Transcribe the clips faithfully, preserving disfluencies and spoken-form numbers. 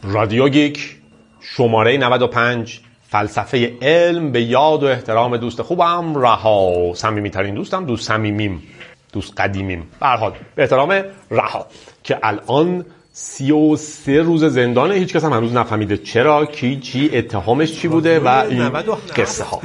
رادیو گیک شماره نود و پنج، فلسفه علم به یاد و احترام دوست خوبم رها، صمیمی‌ترین دوستم، دوست صمیمیم، دوست قدیمیم، به هر حال به احترام رها که الان سی و سه روز زندانه. هیچ کس هم هنوز نفهمیده چرا، کی، چی، اتهامش چی بوده و این قصه ها.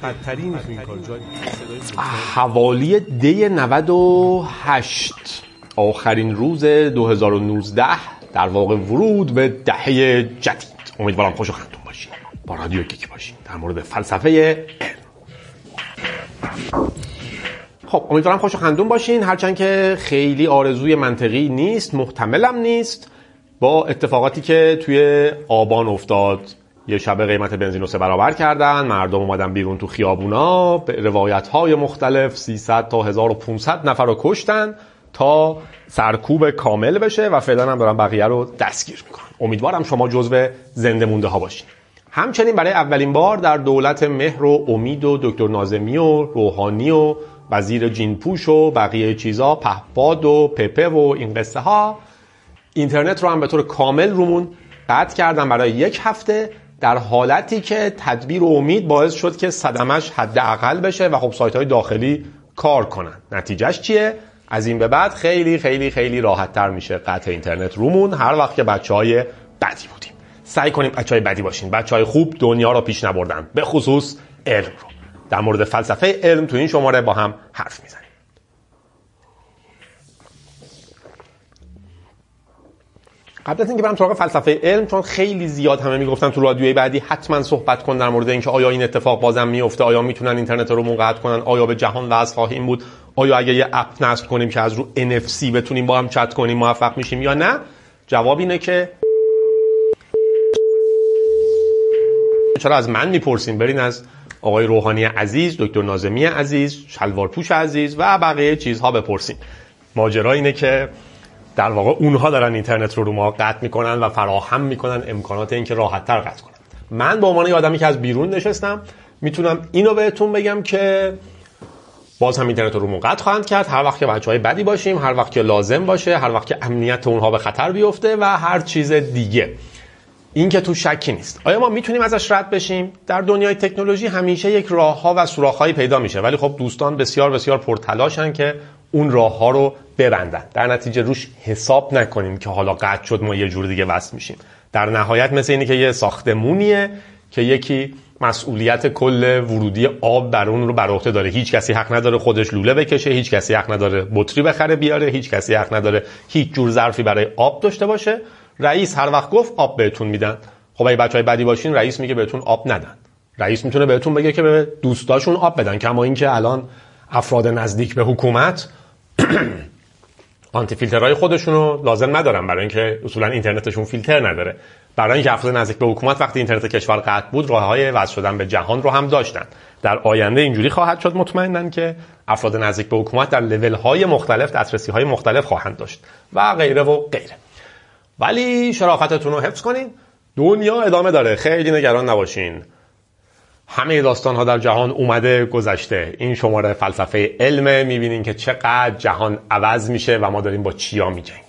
حوالی دی نود و هشت، آخرین روز دو هزار و نوزده، در واقع ورود به دهه جدید. امیدوارم خوش و خندون باشین، با رادیو گیک باشین در مورد فلسفه علم. خب امیدوارم خوش و خندون باشین، هرچند که خیلی آرزوی منطقی نیست، محتملم نیست. با اتفاقاتی که توی آبان افتاد، یه شب قیمت بنزین رو سه برابر کردن، مردم اومدن بیرون تو خیابونا، به روایت‌های مختلف سیصد تا هزار و پانصد نفر رو کشتن تا سرکوب کامل بشه و فعلا هم دارن بقیه رو دستگیر میکنن. امیدوارم شما جزو زنده مونده ها باشین. همچنین برای اولین بار در دولت مهر و امید و دکتر ناظمی و روحانی و وزیر جینپوش و بقیه چیزا، پهپاد و پپه و این قصه ها، اینترنت رو هم به طور کامل رومون قطع کردن برای یک هفته، در حالتی که تدبیر و امید باعث شد که صدمش حداقل بشه و خب سایت های داخلی کار کنن. نتیجهش چیه؟ از این به بعد خیلی خیلی خیلی راحت تر میشه قطع اینترنت رومون هر وقت که بچهای بدی بودیم. سعی کنیم بچهای بدی باشین. بچهای خوب دنیا رو پیش نبردن، به خصوص علم رو. در مورد فلسفه علم تو این شماره با هم حرف میزنیم. قبل از اینکه برم سراغ فلسفه علم، چون خیلی زیاد همه میگفتن تو رادیوی بعدی حتما صحبت کن در مورد اینکه آیا این اتفاق بازم میفته، آیا میتونن اینترنت رو منقطع کنن، آیا به جهان وصل خواهیم بود، آیا اگه یه اپ نصب کنیم که از رو ان اف سی بتونیم با هم چت کنیم موفق میشیم یا نه. جواب اینه که چرا از من میپرسین؟ برین از آقای روحانی عزیز، دکتر ناظمی عزیز، شلوارپوش عزیز و بقیه چیزها بپرسین. ماجرا اینه که در واقع اونها دارن اینترنت رو رو ما قطع میکنن و فراهم میکنن امکانات این که راحت تر قطع کنن. من به عنوان یه آدمی که از بیرون نشستم میتونم اینو بهتون بگم که باز هم اینترنت رو رو قطع خواهند کرد هر وقت که بچهای بدی باشیم، هر وقت که لازم باشه، هر وقت که امنیت اونها به خطر بیفته و هر چیز دیگه. این که تو شکی نیست. آیا ما میتونیم ازش رد بشیم؟ در دنیای تکنولوژی همیشه یک راهها و سوراخ‌هایی پیدا میشه، ولی خب دوستان بسیار بسیار پرتلاشن که اون راهها رو ببندن. در نتیجه روش حساب نکنیم که حالا قطع شد ما یه جور دیگه وصل میشیم. در نهایت مثل اینه که یه ساختمونیه که یکی مسئولیت کل ورودی آب بر اون رو بر عهده داره. هیچ کسی حق نداره خودش لوله بکشه، هیچ کسی حق نداره بطری بخره بیاره، هیچ کسی حق نداره هیچ جور ظرفی برای آب داشته باشه. رئیس هر وقت گفت آب بهتون میدن. خب اگه بچهای بدی باشین رئیس میگه بهتون آب ندن. رئیس میتونه بهتون بگه که به دوستاشون آب بدن، کما اینکه الان افراد نزدیک به حکومت آنتی فیلترهای خودشونو لازم ندارن، برای اینکه اصولا اینترنتشون فیلتر نداره. برای اینکه افراد نزدیک به حکومت وقتی اینترنت کشور قطع بود راههای وصل شدن به جهان رو هم داشتن. در آینده اینجوری خواهد شد مطمئناً که افراد نزدیک به حکومت در لول‌های مختلف دسترسی‌های مختلف خواهند داشت و غیره و غیره. ولی شرافتتون رو حفظ کنین، دنیا ادامه داره، خیلی نگران نباشین. همه داستان‌ها در جهان اومده گذشته. این شماره فلسفه علمه، می‌بینین که چقدر جهان عوض میشه و ما داریم با چیا می‌جنگیم.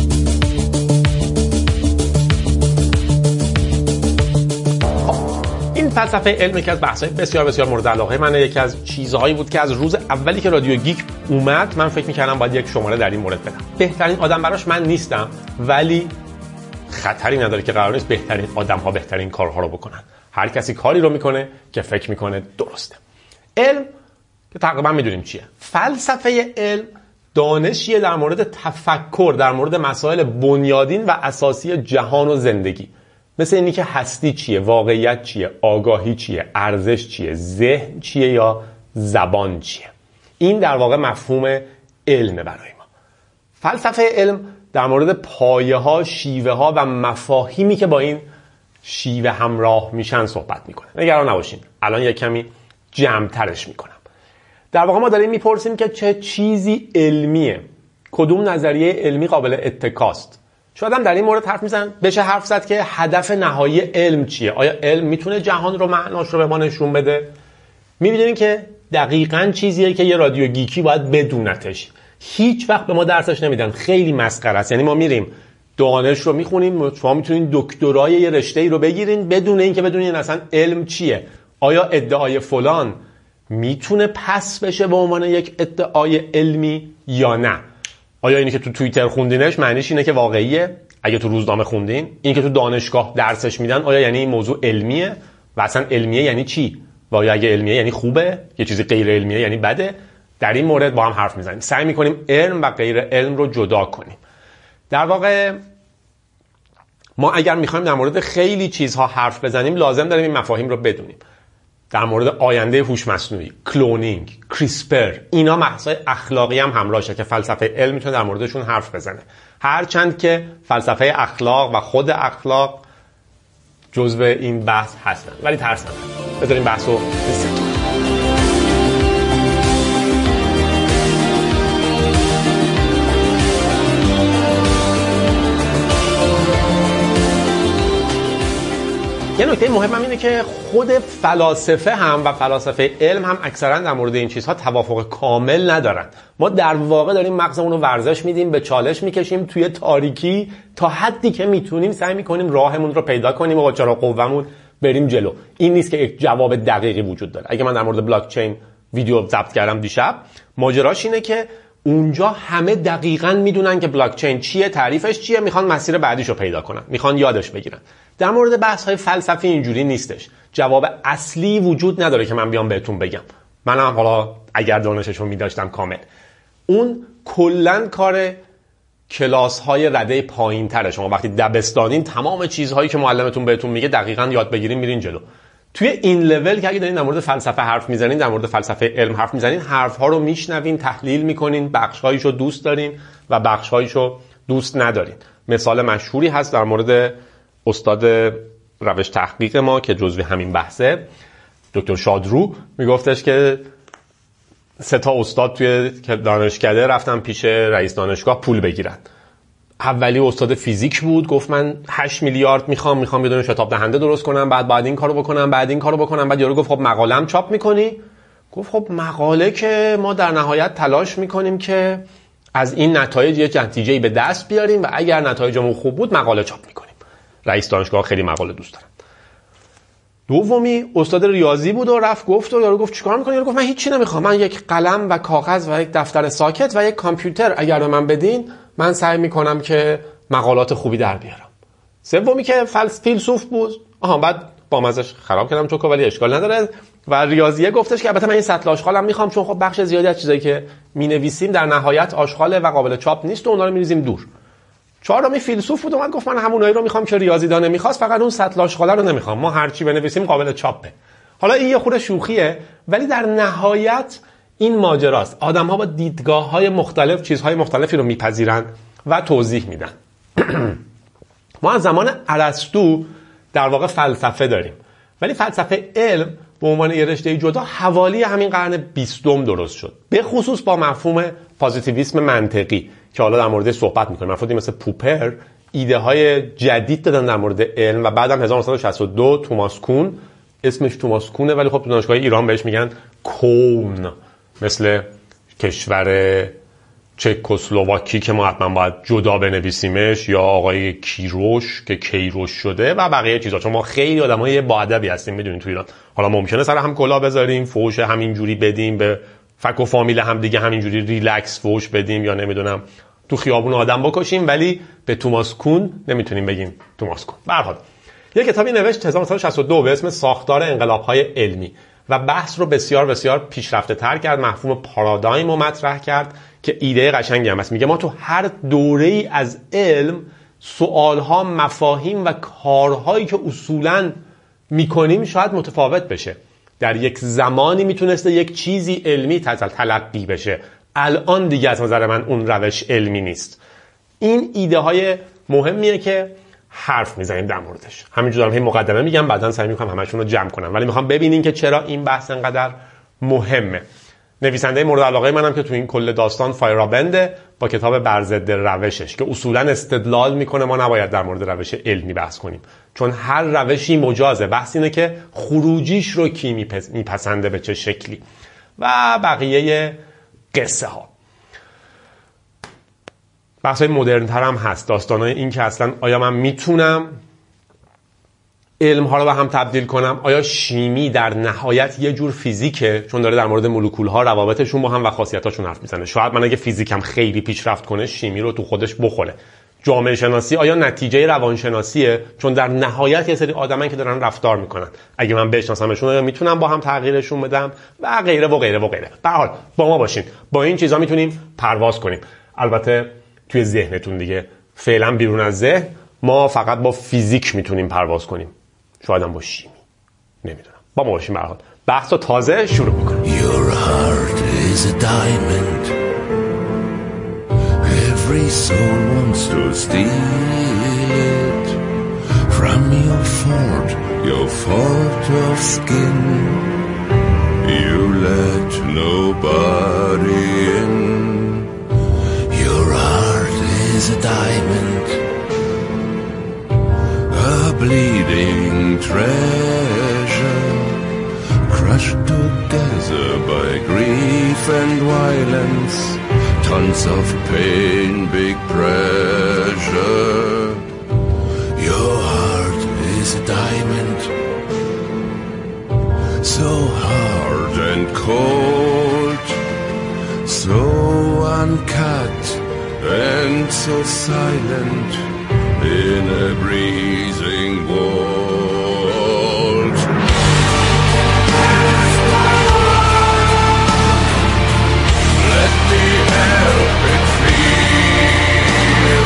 این فلسفه علم یکی از بحث‌های بسیار بسیار مورد علاقه منه. یکی از چیزهایی بود که از روز اولی که رادیو گیک اومد من فکر می‌کردم باید یک شماره در این مورد بدم. بهترین آدم براش من نیستم، ولی خطری نداره که قرار نیست بهترین آدم‌ها بهترین کارها رو بکنن. هر کسی کاری رو میکنه که فکر میکنه درسته. علم که تقریبا میدونیم چیه. فلسفه علم دانشیه در مورد تفکر در مورد مسائل بنیادین و اساسی جهان و زندگی. مثل اینی که هستی چیه، واقعیت چیه، آگاهی چیه، ارزش چیه، ذهن چیه یا زبان چیه. این در واقع مفهوم علمه برای ما. فلسفه علم در مورد پایه‌ها، شیوه‌ها و مفاهیمی که با این شیوه همراه میشن صحبت میکنه. نگران نباشین، الان یک کمی جمع‌ترش میکنم. در واقع ما داریم میپرسیم که چه چیزی علمیه، کدوم نظریه علمی قابل اتکاست. شاید هم در این مورد حرف میزنن بشه حرف زد که هدف نهایی علم چیه. آیا علم میتونه جهان رو معناش رو به ما نشون بده؟ میبینیم که دقیقاً چیزیه که یه رادیو گیکی باید بدونتش. هیچ وقت به ما درسش نمیدن، خیلی مسخره است. یعنی ما میریم دانش رو میخونیم. شما میتونین دکترای یه رشته ای رو بگیرین بدون اینکه بدونین اصلا علم چیه. آیا ادعای فلان میتونه پس بشه به عنوان یک ادعای علمی یا نه؟ آیا اینی که تو توییتر خوندینش معنیش اینه که واقعیه؟ اگه تو روزنامه خوندین، این که تو دانشگاه درسش میدن، آیا یعنی این موضوع علمیه؟ و اصلا علمیه یعنی چی؟ و آیا اگه علمیه یعنی خوبه؟ یه چیزی غیر علمیه یعنی بده؟ در این مورد با هم حرف میزنیم. سعی میکنیم علم و غیر علم رو جدا کنیم. در واقع ما اگر میخوایم در مورد خیلی چیزها حرف بزنیم لازم داریم این مفاهیم رو بدونیم. در مورد آینده هوش مصنوعی، کلونینگ، کریسپر، اینا بحث‌های اخلاقی هم همراهشه که فلسفه علم میتونه در موردشون حرف بزنه. هرچند که فلسفه اخلاق و خود اخلاق جزء این بحث هستن، ولی ترس ندارم. بذاریم بحثو بسازیم. یه نکته مهم هم اینه که خود فلاسفه هم و فلاسفه علم هم اکثرا در مورد این چیزها توافق کامل ندارن. ما در واقع داریم مغزمون رو ورزش میدیم، به چالش میکشیم توی تاریکی، تا حدی که میتونیم سعی میکنیم راهمون رو پیدا کنیم و با چراغ قوه‌مون بریم جلو. این نیست که یک جواب دقیقی وجود داره. اگه من در مورد بلاک چین ویدیو ضبط کردم دیشب، ماجراش اینه که اونجا همه دقیقاً میدونن که بلاک چین چیه، تعریفش چیه، میخوان مسیر بعدیشو پیدا کنن، میخوان یادش بگیرن. در مورد بحث‌های فلسفی اینجوری نیستش. جواب اصلی وجود نداره که من بیام بهتون بگم. منم حالا اگر دانششو می‌داشتم کامل. اون کلاً کار کلاس‌های رده پایین‌تره. شما وقتی دبستانین تمام چیزهایی که معلمتون بهتون میگه دقیقاً یاد بگیرین میرین جلو. توی این لول که اگه دارین در مورد فلسفه حرف میزنین، در مورد فلسفه علم حرف میزنین، حرف‌ها رو میشنوین، تحلیل میکنین، بخش‌هایشو دوست دارین و بخش‌هایشو دوست ندارین. مثال مشهوری هست در مورد استاد روش تحقیق ما که جزو همین بحثه، دکتر شادرو، میگفتش که سه تا استاد توی دانشکده رفتن پیش رئیس دانشگاه پول بگیرن. اولی استاد فیزیک بود، گفت من هشت میلیارد میخوام میخوام یه دونه شتاب دهنده درست کنم، بعد بعد این کارو بکنم، بعد این کارو بکنم. بعد یارو گفت خب مقاله‌ام چاپ میکنی؟ گفت خب مقاله که ما در نهایت تلاش میکنیم که از این نتایج یه نتیجه‌ای به دست بیاریم و اگر نتایجمون خوب بود مقاله چاپ میکنیم. رئیس دانشگاه خیلی مقاله دوست دارن. دومی استاد ریاضی بود و رفت گفت و یارو گفت چیکار می‌کنی؟ یارو گفت من هیچی نمیخوام، من یک قلم و کاغذ و یک دفتر ساکت و یک کامپیوتر اگر به من بدین من سعی میکنم که مقالات خوبی در بیارم. سومی که فیلسوف بود، آها بعد با مزش خراب کردم چوکو ولی اشکال نداره، و ریاضیه گفتش که البته من این سطل آشغالم میخوام چون خب بخش زیادی از چیزایی که مینویسیم در نهایت آشغاله و قابل چاپ نیست و اونا رو میریزیم دور. چهارمی فیلسوف بود و من گفت من همونایی رو میخوام که ریاضیدان نمیخواست، فقط اون سطل آشغاله رو نمیخوام، ما هر چی بنویسیم قابل چاپه. حالا این یه خورده شوخیه ولی در نهایت این ماجراست. آدم‌ها با دیدگاه‌های مختلف چیزهای مختلفی رو میپذیرن و توضیح میدن. ما از زمان ارسطو در واقع فلسفه داریم، ولی فلسفه علم به عنوان یه رشته جدا حوالی همین قرن بیستم درست شد، به خصوص با مفهوم پوزیتیویسم منطقی که حالا در موردش صحبت می‌کنیم. افرادی مثل پوپر ایده های جدید دادن در مورد علم و بعدم هزار و نهصد و شصت و دو توماس کون، اسمش توماس کونه ولی خب تو دانشگاه ایران بهش میگن کون، مثل کشور چکسلواکی که ما حتما باید جدا بنویسیمش، یا آقای کیروش که کیروش شده و بقیه چیزا، چون ما خیلی آدمای با ادبی هستیم میدونین تو ایران. حالا ممکنه سر هم کلا بذاریم، فوش همینجوری بدیم، به فک و فامیل هم دیگه همینجوری ریلکس فوش بدیم، یا نمیدونم تو خیابون آدم بکشیم، ولی به توماس کون نمیتونیم بگیم توماس کون. به هر حال یک کتابی نوشت هزار و نهصد و شصت و دو به اسم ساختار انقلاب‌های علمی و بحث رو بسیار بسیار پیشرفته تر کرد، مفهوم پارادایم رو مطرح کرد که ایده قشنگی هم هست. میگه ما تو هر دوره‌ای از علم سوالها، مفاهیم و کارهایی که اصولاً میکنیم شاید متفاوت بشه. در یک زمانی میتونسته یک چیزی علمی تلقی بشه، الان دیگه از نظر من اون روش علمی نیست. این ایده های مهمیه که حرف میزنیم در موردش. همینجور دارم هی مقدمه میگم، بعداً سعی میکنم همشون رو جمع کنم، ولی میخوام ببینین که چرا این بحث انقدر مهمه. نویسنده مورد علاقه منم که تو این کل داستان فایرابنده با کتاب بر ضد روشش که اصولاً استدلال میکنه ما نباید در مورد روش علمی بحث کنیم، چون هر روشی مجازه. بحث اینه که خروجیش رو کی میپسنده، به چه شکلی و بقیه قصه ها. بحث‌های مدرن‌تر هم هست، داستانای این که اصلا آیا من میتونم علم‌ها رو به هم تبدیل کنم؟ آیا شیمی در نهایت یه جور فیزیکه؟ چون داره در مورد مولکول‌ها، روابطشون با هم و خاصیتاشون حرف میزنه. شاید من اگه فیزیکم خیلی پیشرفت کنه شیمی رو تو خودش بخوره. جامعه شناسی آیا نتیجه روانشناسیه؟ چون در نهایت یه سری آدمن که دارن رفتار میکنن، اگه من بشناسمشون آیا میتونم با هم تغییرشون بدم و غیره و غیره و غیره. به هر حال با ما باشین، با این چیزا میتونیم پرواز کنیم. البته توی ذهنتون دیگه، فعلا بیرون از ذهن ما فقط با فیزیک میتونیم پرواز کنیم، شاید هم با شیمی، نمیدونم. با ما باشین. به هر حال بحثو تازه شروع میکنیم. Your heart is a diamond. Every soul wants to steal it from your fort, your fort of skin. You let nobody in. Your heart is a diamond, a bleeding treasure, crushed together by grief and violence. Tons of pain, big pressure. Your heart is a diamond, so hard and cold, so uncut and so silent in a breathing world. Let me help it feel.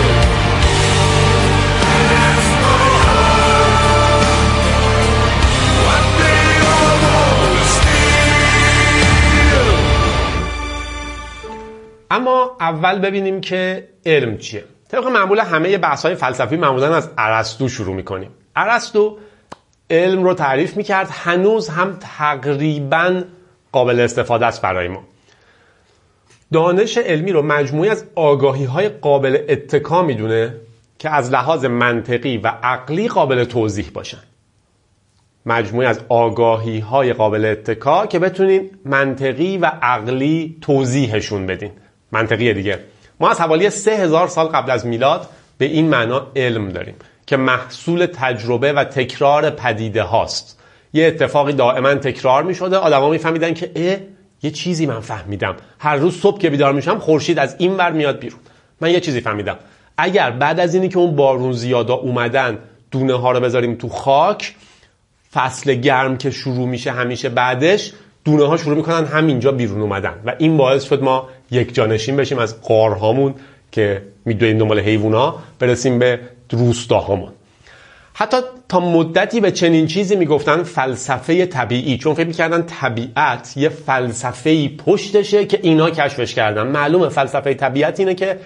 That's my heart. What they all want to steal. اما اول ببینیم که علم چیه. طبق معمول همه بحث‌های فلسفی معمولاً از ارسطو شروع می‌کنیم. ارسطو علم رو تعریف می‌کرد، هنوز هم تقریباً قابل استفاده است برای ما. دانش علمی رو مجموعی از آگاهی‌های قابل اتکا می‌دونه که از لحاظ منطقی و عقلی قابل توضیح باشن. مجموعی از آگاهی‌های قابل اتکا که بتونین منطقی و عقلی توضیحشون بدین. منطقیه دیگه. ما از حوالی سه هزار سال قبل از میلاد به این معنا علم داریم که محصول تجربه و تکرار پدیده هاست. یه اتفاقی دائما تکرار می شده، آدم ها می فهمیدن که اه یه چیزی من فهمیدم. هر روز صبح که بیدار میشم خورشید از این ور میاد بیرون. من یه چیزی فهمیدم. اگر بعد از اینی که اون بارون زیادا اومدن دونه ها رو بذاریم تو خاک، فصل گرم که شروع میشه همیشه بعدش دونه ها شروع میکنن همینجا بیرون اومدن و این باعث شد ما یک جانشین بشیم از غارهامون که میدویم دنبال حیوونا برسیم به روستاهامون. حتی تا مدتی به چنین چیزی میگفتن فلسفه طبیعی، چون فکر میکردن طبیعت یه فلسفه‌ای پشتشه که اینا کشفش کردن. معلومه فلسفه طبیعت اینه که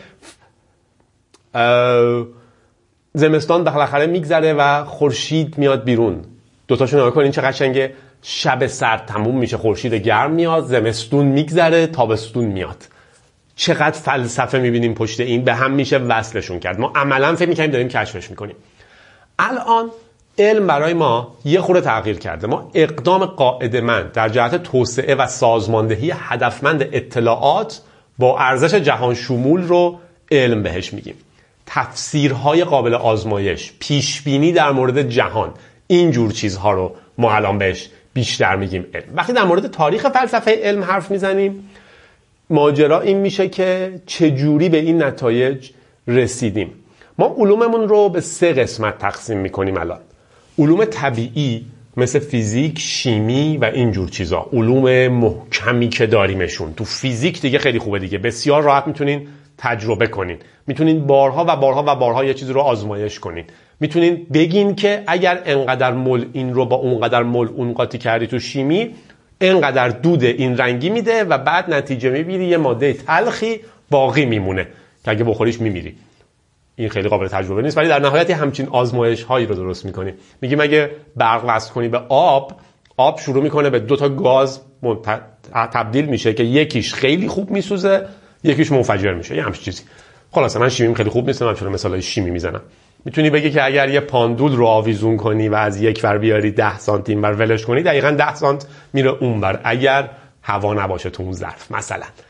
زمستان بالاخره میگذره و خورشید میاد بیرون. دوتاشون نگاه کنین چه قشنگه، شب سرد تموم میشه، خورشید گرم میاد، زمستون میگذره، تابستون میاد. چقدر فلسفه میبینیم پشت این، به هم میشه وصلشون کرد. ما عملا فکر میکنیم داریم کشفش میکنیم. الان علم برای ما یه خورده تغییر کرده. ما اقدام قاعده‌مند در جهت توسعه و سازماندهی هدفمند اطلاعات با ارزش جهان شمول رو علم بهش میگیم. تفسیرهای قابل آزمایش، پیشبینی در مورد جهان، اینجور چیزها رو ما الان بهش بیشتر میگیم علم. وقتی در مورد تاریخ فلسفه علم حرف میزنیم، ماجرا این میشه که چجوری به این نتایج رسیدیم. ما علوممون رو به سه قسمت تقسیم میکنیم الان. علوم طبیعی مثل فیزیک، شیمی و اینجور چیزا، علوم محکمی که داریمشون. تو فیزیک دیگه خیلی خوبه دیگه، بسیار راحت میتونین تجربه کنین، میتونین بارها و بارها و بارها یه چیز رو آزمایش کنین، میتونین بگین که اگر انقدر مول این رو با اونقدر مول اون قاطی کردی تو شیمی، انقدر دود این رنگی میده و بعد نتیجه میبینی یه ماده تلخی باقی میمونه که اگه بخوریش میمیری. این خیلی قابل تجربه نیست، ولی در نهایت همچین آزمایش هایی رو درست میکنیم. میگیم اگه برق وصل کنی به آب، آب شروع میکنه به دو تا گاز تبدیل میشه که یکیش خیلی خوب میسوزه، یکیش منفجر میشه، یه همچین چیزی. خلاصه من شیمیم خیلی خوب نیستم، من چون مثالای شیمی میزنم. میتونی بگی که اگر یه پاندول رو آویزون کنی و از یک ور بیاری ده سانتی ور ولش کنی، دقیقاً ده سانت میره اون ور اگر هوا نباشه تو اون ظرف مثلا.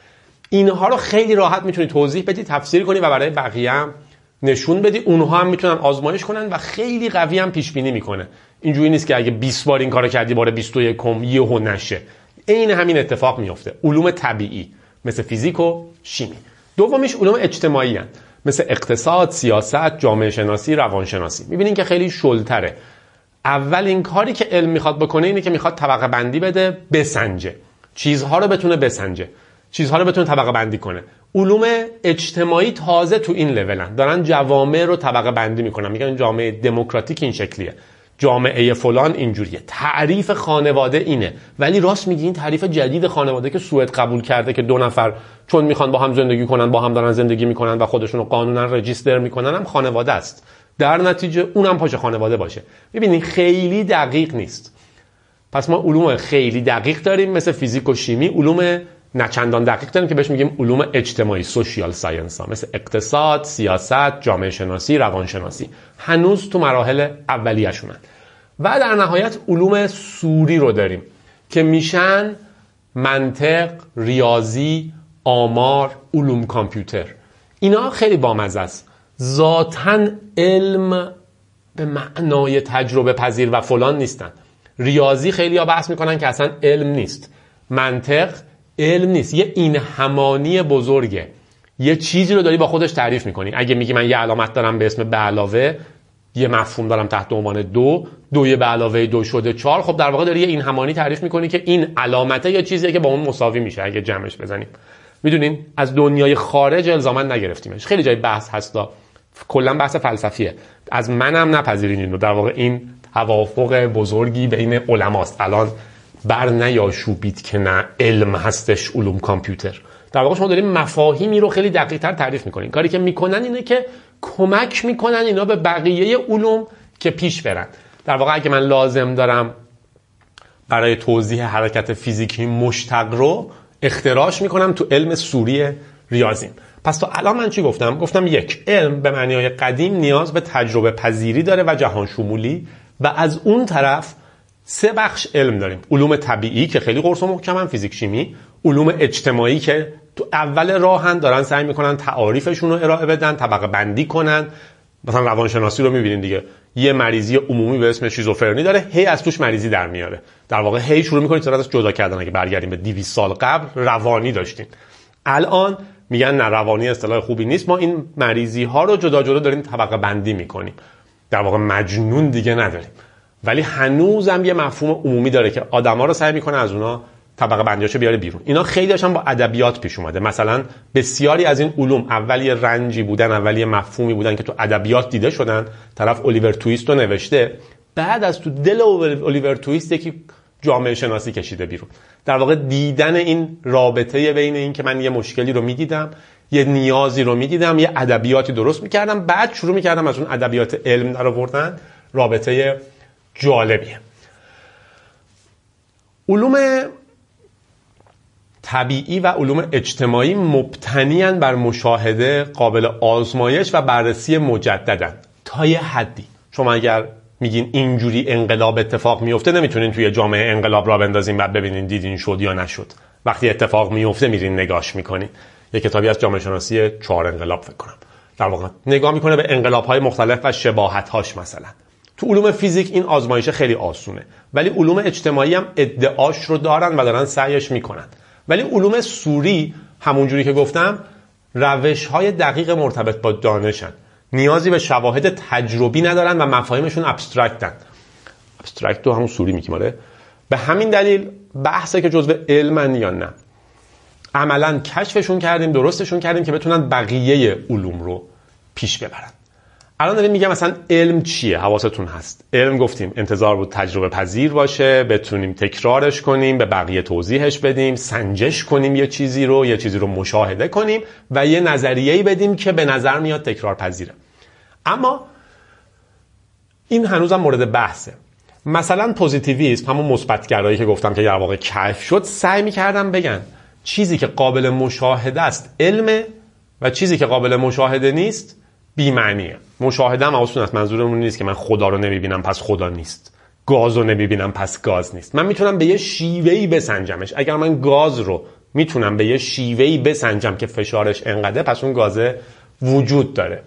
اینها رو خیلی راحت میتونی توضیح بدی، تفسیر کنی و برای بقیه هم نشون بدی. اونها هم میتونن آزمایش کنن و خیلی قوی هم پیش بینی میکنه. اینجوری نیست که اگه بیست بار این کارو کردی بار بیست و یکم یهو نشه. عین همین اتفاق میفته. علوم طبیعی مثل فیزیک و شیمی. دومیش علوم اجتماعی هستند، مثل اقتصاد، سیاست، جامعه شناسی، روانشناسی. میبینین که خیلی شلتره. اولین کاری که علم میخواد بکنه اینه که میخواد طبقه بندی بده، بسنجه. چیزها رو بتونه بسنجه. چیزها رو بتونه طبقه بندی کنه. علوم اجتماعی تازه تو این لولن، دارن جوامع رو طبقه بندی میکنن. میگن جامعه دموکراتیک این شکلیه، جامعه فلان اینجوریه، تعریف خانواده اینه. ولی راست میگی این تعریف جدید خانواده که سوئد قبول کرده که دو نفر چون میخوان با هم زندگی کنن با هم دارن زندگی میکنن و خودشون رو قانونا رجیستر میکنن هم خانواده است. در نتیجه اونم پاش خانواده باشه. ببینید خیلی دقیق نیست. پس ما علوم خیلی دقیق داریم مثل فیزیک و شیمی، علوم نچندان دقیق داریم که بهش میگیم علوم اجتماعی، سوشیال ساینس ها، مثل اقتصاد، سیاست، جامعه شناسی، روانشناسی. هنوز تو مراحل اولیه‌شونن. و در نهایت علوم سوری رو داریم که میشن منطق، ریاضی، آمار، علوم کامپیوتر. اینا خیلی بامزه است. ذاتاً علم به معنای تجربه پذیر و فلان نیستن. ریاضی خیلی ها بحث میکنن که اصلا علم نیست. منطق علم نیست، یه این همانی بزرگه. یه چیزی رو داری با خودش تعریف میکنی. اگه میگی من یه علامت دارم به اسم به علاوه، یه مفهوم دارم تحت عنوان دو، دوی به علاوه دو شده چهار، خب در واقع داری یه این همانی تعریف میکنی که این علامته یا چیزیه که با اون مساوی میشه اگه جمعش بزنیم. میدونین از دنیای خارج الزاما نگرفتیمش. خیلی جای بحث هستا، کلا بحث فلسفیه. از منم نپذیرین اینو. در واقع این توافق بزرگی بین علماست. الان بر نیاشوبید که نه علم هستش علوم کامپیوتر. در واقع شما داریم مفاهیمی رو خیلی دقیق‌تر تعریف میکنین. کاری که میکنن اینه که کمک میکنن اینا به بقیه علوم که پیش برن. در واقع اگه من لازم دارم برای توضیح حرکت فیزیکی مشتق رو اختراعش میکنم تو علم سوری ریاضیم. پس تا الان من چی گفتم؟ گفتم یک، علم به معنای قدیم نیاز به تجربه پذیری داره و جهان شمولی، و از اون طرف سه بخش علم داریم. علوم طبیعی که خیلی قرص و محکمن، فیزیک شیمی. علوم اجتماعی که تو اول راهن دارن سعی میکنن تعاریفشون رو ارائه بدن، طبقه بندی کنن. مثلا روانشناسی رو میبینین دیگه، یه مریضی عمومی به اسم شیزوفرنی داره، هی از توش مریضی در میاره. در واقع هی شروع میکنید سر ازش جدا کردن. اگه برگردیم به دویست سال قبل روانی داشتین، الان میگن نه روانی اصطلاح خوبی نیست، ما این مریضی ها رو جدا جدا داریم طبقه بندی میکنیم. در واقع مجنون دیگه نداریم، ولی هنوزم یه مفهوم عمومی داره که آدما رو سعی میکنه از اونها طبقه بندیاشو بیاره بیرون. اینا خیلی هاشون با ادبیات پیش اومده. مثلا بسیاری از این علوم اولی رنجی بودن، اولی مفهومی بودن که تو ادبیات دیده شدن. طرف الیور تویست رو نوشته، بعد از تو دل الیور تویست یکی جامعه شناسی کشیده بیرون. در واقع دیدن این رابطه بین این که من یه مشکلی رو میدیدم، یه نیازی رو میدیدم، یه ادبیاتی درست میکردم، بعد شروع میکردم از اون ادبیات علم در آوردن. رابطه جالبیه. علوم طبیعی و علوم اجتماعی مبتنی‌اند بر مشاهده، قابل آزمایش و بررسی مجددن تا یه حدی. شما اگر میگین اینجوری انقلاب اتفاق میفته، نمیتونین توی جامعه انقلاب را بندازین بعد ببینین دیدین شد یا نشد. وقتی اتفاق میفته میرین نگاش میکنین. یه کتابی از جامعه شناسی چهار انقلاب فکر کنم در واقع نگاه میکنه به انقلاب‌های مختلف و شباهت‌هاش. مثلا تو علوم فیزیک این آزمایش خیلی آسونه، ولی علوم اجتماعی هم ادعاش رو دارن و دارن سعیش میکنن. ولی علوم سوری همونجوری که گفتم روش‌های دقیق مرتبط با دانشن، نیازی به شواهد تجربی ندارن و مفاهیمشون ابسترکتن. ابسترکت تو همون سوری میگیم آره. به همین دلیل بحثه که جزء علمن یا نه. عملاً کشفشون کردیم، درستشون کردیم که بتونن بقیه علوم رو پیش ببرن. الان داریم میگم مثلا علم چیه؟ حواستون هست. علم گفتیم انتظار بود تجربه پذیر باشه، بتونیم تکرارش کنیم، به بقیه توضیحش بدیم، سنجش کنیم یه چیزی رو، یه چیزی رو مشاهده کنیم و یه نظریه‌ای بدیم که به نظر میاد تکرار پذیره. اما این هنوزم مورد بحثه. مثلا پوزیتیویسم، همون مثبت‌گرایی که گفتم که در واقع کشف شد، سعی می‌کردن بگن چیزی که قابل مشاهده است علم و چیزی که قابل مشاهده نیست بی معنیه. مشاهده هم اصلا است، منظورمون نیست که من خدا رو نمیبینم پس خدا نیست، گاز رو نمیبینم پس گاز نیست. من میتونم به یه شیوهی بسنجمش. اگر من گاز رو میتونم به یه شیوهی بسنجم که فشارش انقدره، پس اون گازه وجود داره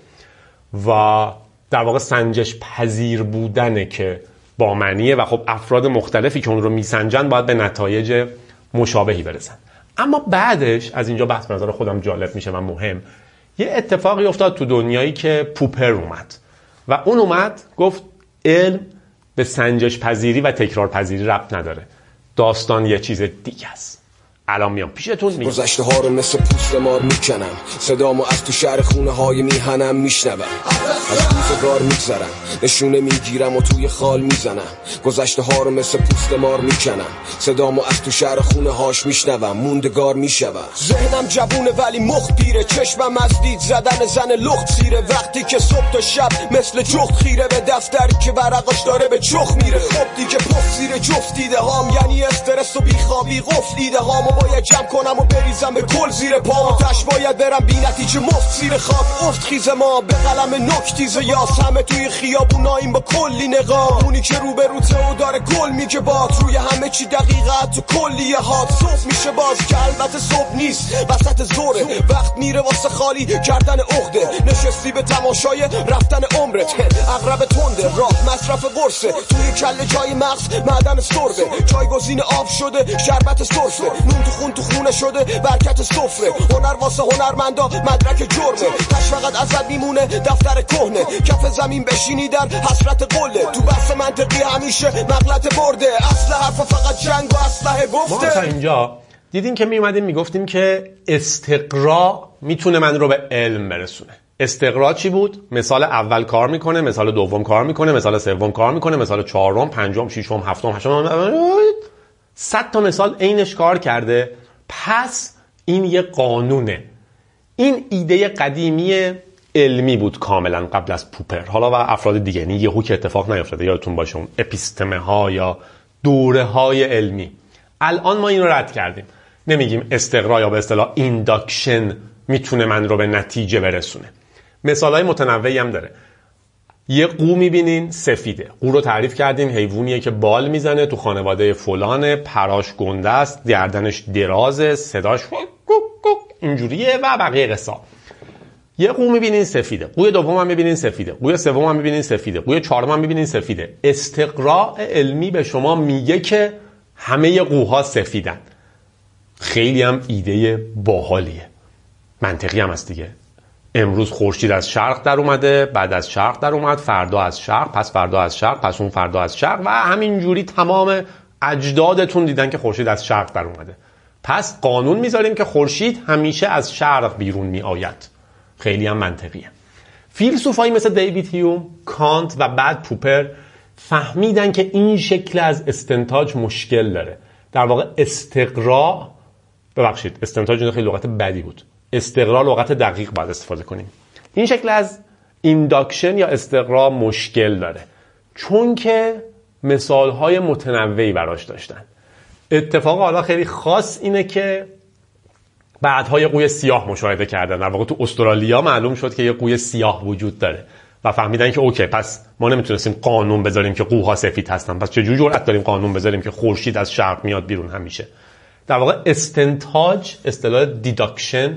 و در واقع سنجش پذیر بودنه که با معنیه و خب افراد مختلفی که اون رو میسنجن باید به نتایج مشابهی برسن. اما بعدش از اینجا بحث به نظر خودم جالب میشه و مهم، یه اتفاقی افتاد تو دنیایی که پوپر اومد و اون اومد گفت علم به سنجش پذیری و تکرار پذیری ربط نداره، داستان یه چیز دیگه است. الان میام پیشتون میگم. گذشته ها رو مثل پوست مار میکنم، صدامو از تو شهر خونه های میهنم میشنوم، از روزگار میگذرم نشونه میگیرم و توی خال میزنم. گذشته ها رو مثل پوست مار میکنم، صدامو از تو شهر خونه هاش میشنوم، موندگار میشوم. ذهنم جوونه ولی مخ پیره، چشمم از دید زدن زن لخت سیره. وقتی که صبح تا شب مثل جخت خیره به دفتری که ورقاش داره به چخ میره. خب دیگه پف زیر جفت دیده هام، یعنی استرس و بیخوابی قفل دیده هام. باید جمع کنم و بریزم به کل زیر پام، تش باید برم بی نتیجه مفت زیر خاک. افت خیز ما به قلم نکتیز یاس، همه توی خیابوناییم با کلی نقاب. اونی که رو به روته و داره گل میگه باد، روی همه چی دقیقت تو کلیه هات. صبح میشه باز که البته صبح نیست، وسط زوره وقت میره واسه خالی کردن عقده. نشستی به تماشای رفتن عمرت، اغرب تنده راه مصرف قرصه. توی کله جای مغز معدن سربه، جایگزین آب شده شربت سرفه. نون تو خون تو خونه شده برکت سفره. هنر واسه هنرمندا مدرک جرمه، تش فقط ازت میمونه دفتر کهنه. کف زمین بشینی در حسرت قله، تو بحث منطقی همیشه مغلط برده. اصل حرفا فقط جنگ و اسلحه گفته. ما تا اینجا دیدین که می اومدیم میگفتیم که استقرا میتونه من رو به علم برسونه. استقرا چی بود؟ مثال اول کار میکنه، مثال دوم کار میکنه، مثال سوم کار میکنه، مثال چهارم، پنجم، ششم، هفتم، هشتم، صد تا مثال عینش کار کرده. پس این یه قانونه. این ایده قدیمی علمی بود کاملا قبل از پوپر، حالا و افراد دیگه. یعنی یهو که اتفاق نیفتاده، یادتون باشه اون اپیستمه ها یا دوره های علمی. الان ما این رو رد کردیم، نمیگیم استقرا یا به اصطلاح اینداکشن میتونه من رو به نتیجه برسونه. مثال های متنوعی هم داره. یه قو میبینین سفیده، قو رو تعریف کردیم حیوانیه که بال میزنه، تو خانواده فلانه، پراش گنده است، گردنش درازه، صداش اینجوریه و بقیه قصه. یه قو میبینین سفیده، قوی دوم هم میبینین سفیده، قوی سوم هم میبینین سفیده، قوی چهارم هم میبینین سفیده. استقراء علمی به شما میگه که همه قوها سفیدن. خیلی هم ایده باحالیه، منطقی هم است دیگه. امروز خورشید از شرق در اومده، بعد از شرق در اومد، فردا از شرق، پس فردا از شرق، پس اون فردا از شرق و همینجوری تمام اجدادتون دیدن که خورشید از شرق در اومده. پس قانون میذاریم که خورشید همیشه از شرق بیرون می آید. خیلی هم منطقیه. فیلسوفایی مثل دیوید هیوم، کانت و بعد پوپر فهمیدن که این شکل از استنتاج مشکل داره. در واقع استقراء، ببخشید استنتاج خیلی لغت بدی بود، استقراء لغت دقیق باید استفاده کنیم. این شکل از اینداکشن یا استقراء مشکل داره چون که مثالهای متنوعی براش داشتن. اتفاق حالا خیلی خاص اینه که بعدها یه قوی سیاه مشاهده کردن. در واقع تو استرالیا معلوم شد که یه قوی سیاه وجود داره و فهمیدن که اوکی، پس ما نمیتونستیم قانون بذاریم که قوها سفید هستن، پس چجوری جرأت داریم قانون بذاریم که خورشید از شرق میاد بیرون همیشه. در واقع استنتاج، اصطلاح دیداکشن،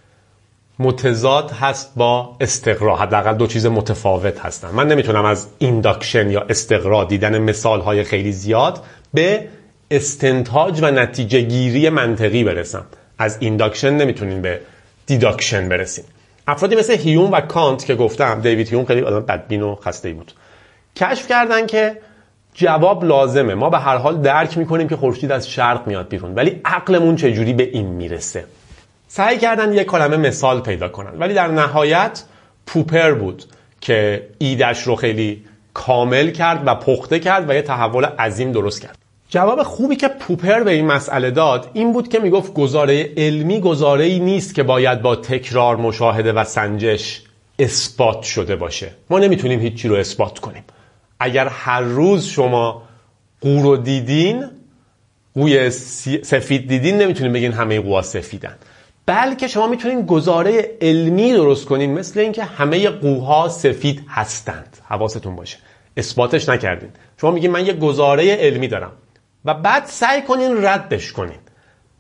متضاد هست با استقراء. حداقل دو چیز متفاوت هستن. من نمیتونم از اینداکشن یا استقراء، دیدن مثالهای خیلی زیاد، به استنتاج و نتیجه گیری منطقی برسم. از اینداکشن نمیتونین به دیداکشن برسیم. افرادی مثل هیوم و کانت که گفتم، دیوید هیوم خیلی آدم بدبین و خسته‌ای بود، کشف کردن که جواب لازمه. ما به هر حال درک میکنیم که خورشید از شرق میاد بیرون، ولی عقلمون چجوری به این میرسه؟ سعی کردن یک کلمه مثال پیدا کنن، ولی در نهایت پوپر بود که ایدهش رو خیلی کامل کرد و پخته کرد و یه تحول عظیم درست کرد. جواب خوبی که پوپر به این مسئله داد این بود که میگفت گزاره علمی گزاره‌ای نیست که باید با تکرار، مشاهده و سنجش اثبات شده باشه. ما نمیتونیم هیچی رو اثبات کنیم. اگر هر روز شما قو رو دیدین، قوی سفید دیدین، نمیتونین بگین همه قوها سفیدن، بلکه شما میتونین گزاره علمی درست کنین مثل اینکه همه قوها سفید هستند. حواستون باشه، اثباتش نکردین. شما میگین من یه گزاره علمی دارم و بعد سعی کنین ردش کنین.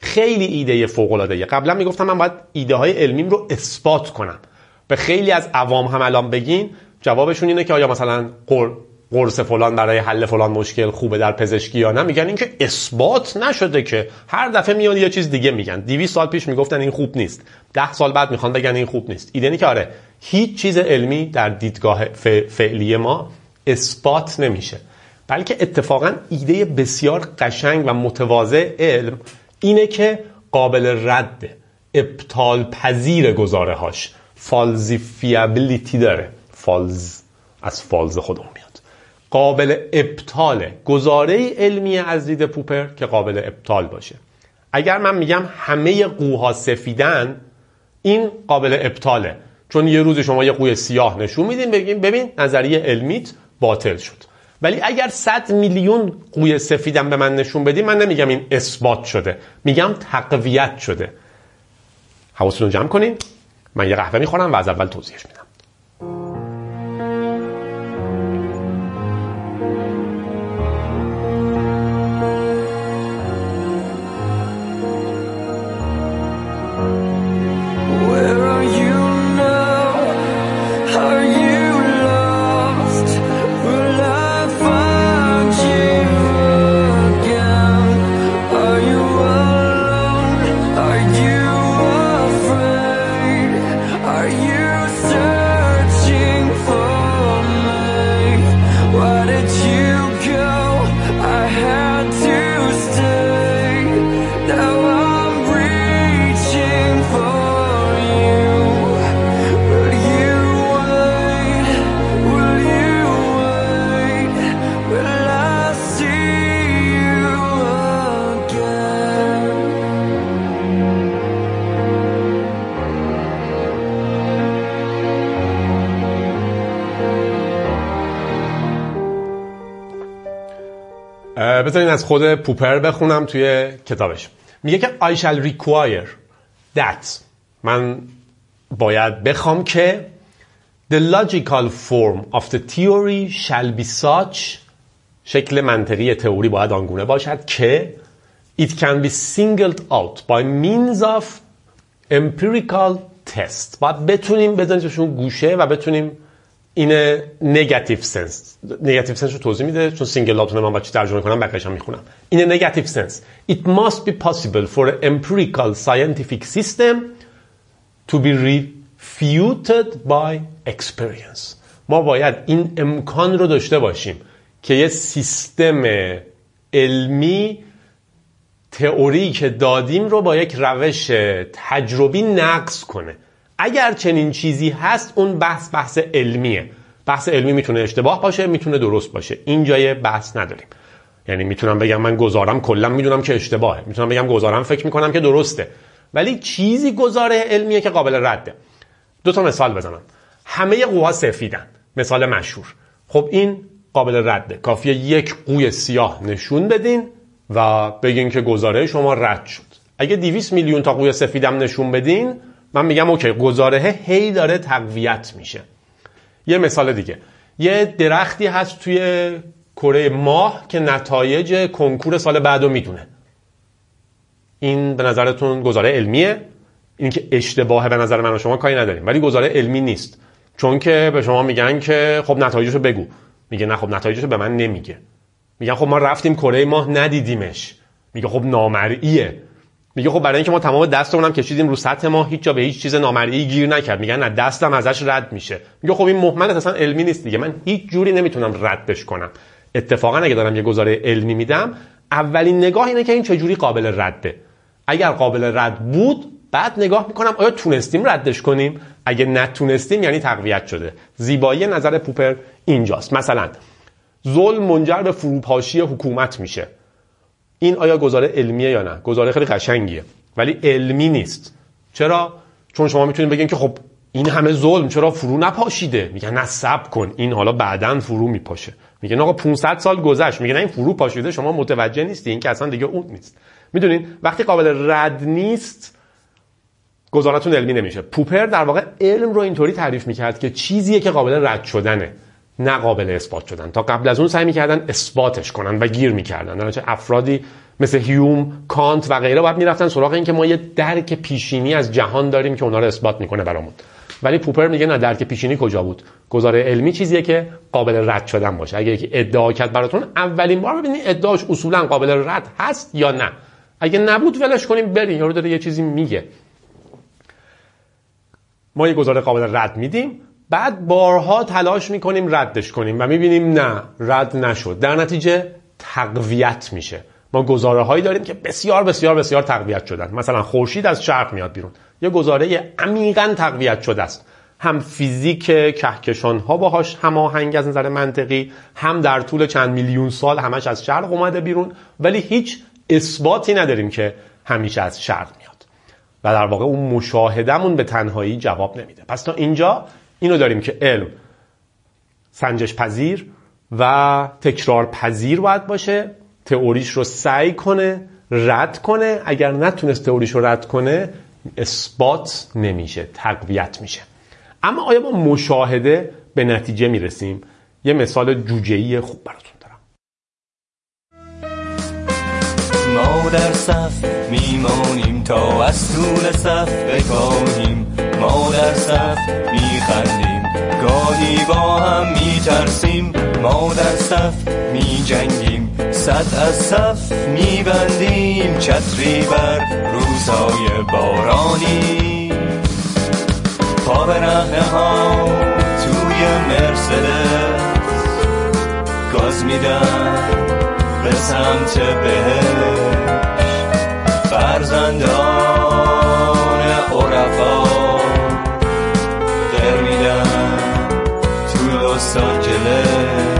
خیلی ایده فوق‌العاده‌ایه. قبلا میگفتم من باید ایده های علمیم رو اثبات کنم. به خیلی از عوام هم الان بگین جوابشون اینه که آیا مثلا قرص فلان برای حل فلان مشکل خوبه در پزشکی یا نه، میگن این که اثبات نشده که. هر دفعه میان یه چیز دیگه میگن. دویست سال پیش میگفتن این خوب نیست، ده سال بعد میخوان بگن این خوب نیست. ایده اینه که آره هیچ چیز علمی در دیدگاه فعلی ما اثبات نمیشه، بلکه اتفاقا ایده بسیار قشنگ و متواضع علم اینه که قابل رد، ابطال پذیر گزاره هاش، فالزیفیابیلیتی داره. فالز از فالز خودمون میاد. قابل ابطاله. گزاره علمی از دید پوپر که قابل ابطال باشه. اگر من میگم همه قوها سفیدن، این قابل ابطاله، چون یه روز شما یه قوی سیاه نشون میدین بگیم ببین نظریه علمیت باطل شد. ولی اگر صد میلیون قوی سفیدم به من نشون بدی، من نمیگم این اثبات شده، میگم تقویت شده. حواستون رو جمع کنین. من یه قهوه میخورم و از اول توضیحش میدم. بذارین از خود پوپر بخونم توی کتابش. میگه که I shall require that، من باید بخوام که the logical form of the theory shall be such، شکل منطقی تئوری باید آنگونه باشد که it can be singled out by means of empirical test. باید بتونیم بزنیمشون گوشه و بتونیم این نگاتیو سنس، نگاتیو سنس رو توضیح میده چون سینگل آوت من با چی ترجمه کنم بقیه‌اش هم میخونم. این نگاتیو سنس it must be possible for an empirical scientific system to be refuted by experience. ما باید این امکان رو داشته باشیم که یه سیستم علمی تئوری که دادیم رو با یک روش تجربی نقض کنه. اگر چنین چیزی هست اون بحث بحث علمیه. بحث علمی میتونه اشتباه باشه، میتونه درست باشه. این جای بحث نداریم. یعنی میتونم بگم من گزارم کلا میدونم که اشتباهه، میتونم بگم گزارم فکر میکنم که درسته، ولی چیزی گزاره علمیه که قابل رده. دو تا مثال بزنم. همه قوها سفیدن، مثال مشهور. خب این قابل رده. کافیه یک قوی سیاه نشون بدین و بگین که گزاره شما رد شد. اگه دویست میلیون تا قوی سفیدم نشون بدین، من میگم اوکی گزاره هی داره تقویت میشه. یه مثال دیگه، یه درختی هست توی کره ماه که نتایج کنکور سال بعدو میدونه. این به نظرتون گزاره علمیه؟ این که اشتباهه به نظر من و شما کاری نداریم، ولی گزاره علمی نیست، چون که به شما میگن که خب نتایجشو بگو. میگه نه خب نتایجشو به من نمیگه. میگن خب ما رفتیم کره ماه ندیدیمش. میگه خب نامرئیه. میگه خب برای اینکه ما تمام دستمون هم کشیدیم رو سطح ما، هیچ جا به هیچ چیز نامرئی گیر نکرد. میگن نه دستم ازش رد میشه. میگه خب این مهمل اصلا علمی نیست دیگه، من هیچ جوری نمیتونم ردش کنم. اتفاقا اگه دارم یه گزاره علمی میدم، اولین نگاه اینه که این چه جوری قابل رده. اگر قابل رد بود، بعد نگاه میکنم آیا تونستیم ردش کنیم. اگه نتونستیم یعنی تقویت شده. زیبایی نظر پوپر اینجاست. مثلا ظلم منجر به فروپاشی حکومت میشه. این آیا گزاره علمیه یا نه؟ گزاره خیلی قشنگیه ولی علمی نیست. چرا؟ چون شما میتونید بگین که خب این همه ظلم چرا فرو نپاشیده؟ میگن نه صبر کن، این حالا بعداً فرو میپاشه. میگن آقا پانصد سال گذشت. میگن این فرو پاشیده، شما متوجه نیستی، این که اصلا دیگه اون نیست. میدونین وقتی قابل رد نیست گزارتون علمی نمیشه. پوپر در واقع علم رو اینطوری تعریف میکرد که چیزیه که قابل رد شدنه، نه قابل اثبات شدن. تا قبل از اون سعی میکردن اثباتش کنن و گیر میکردن. درنچه افرادی مثل هیوم، کانت و غیره باید میرفتن سراغ این که ما یه درک پیشینی از جهان داریم که اونا رو اثبات میکنه برامون. ولی پوپر میگه نه، درک پیشینی کجا بود؟ گزاره علمی چیزیه که قابل رد شدن باشه. اگه یکی ادعا کرد براتون، اولین بار ببینید ادعاش اصولا قابل رد هست یا نه. اگه نبود ولش کنیم بریم، یارو داره یه چیزی میگه. ما یه گزاره قابل رد میدیم، بعد بارها تلاش میکنیم ردش کنیم و میبینیم نه، رد نشد. در نتیجه تقویت میشه. ما گزاره هایی داریم که بسیار بسیار بسیار تقویت شدن. مثلا خورشید از شرق میاد بیرون، یه گزاره عمیقاً تقویت شده است. هم فیزیک کهکشان ها باهاش هماهنگ از نظر منطقی، هم در طول چند میلیون سال همش از شرق اومده بیرون، ولی هیچ اثباتی نداریم که همیشه از شرق میاد و در واقع اون مشاهدمون به تنهایی جواب نمیده. پس تا اینجا اینو داریم که علم سنجش پذیر و تکرار پذیر باید باشه، تئوریش رو سعی کنه رد کنه، اگر نتونست تئوریش رو رد کنه اثبات نمیشه، تقویت میشه. اما آیا با مشاهده به نتیجه میرسیم؟ یه مثال جوجه‌ای خوب براتون دارم. ما در صف میمانیم تا از طول صف بکاهیم، ما در صف میخندیم گاهی با هم میترسیم، ما در صف میجنگیم صد از صف میبندیم، چتری بر روزهای بارانی، پا به رهنه ها توی مرسدس گاز میدن به سمت بهشت، فرزندان عرفا غیر میدن تو لس آنجلس.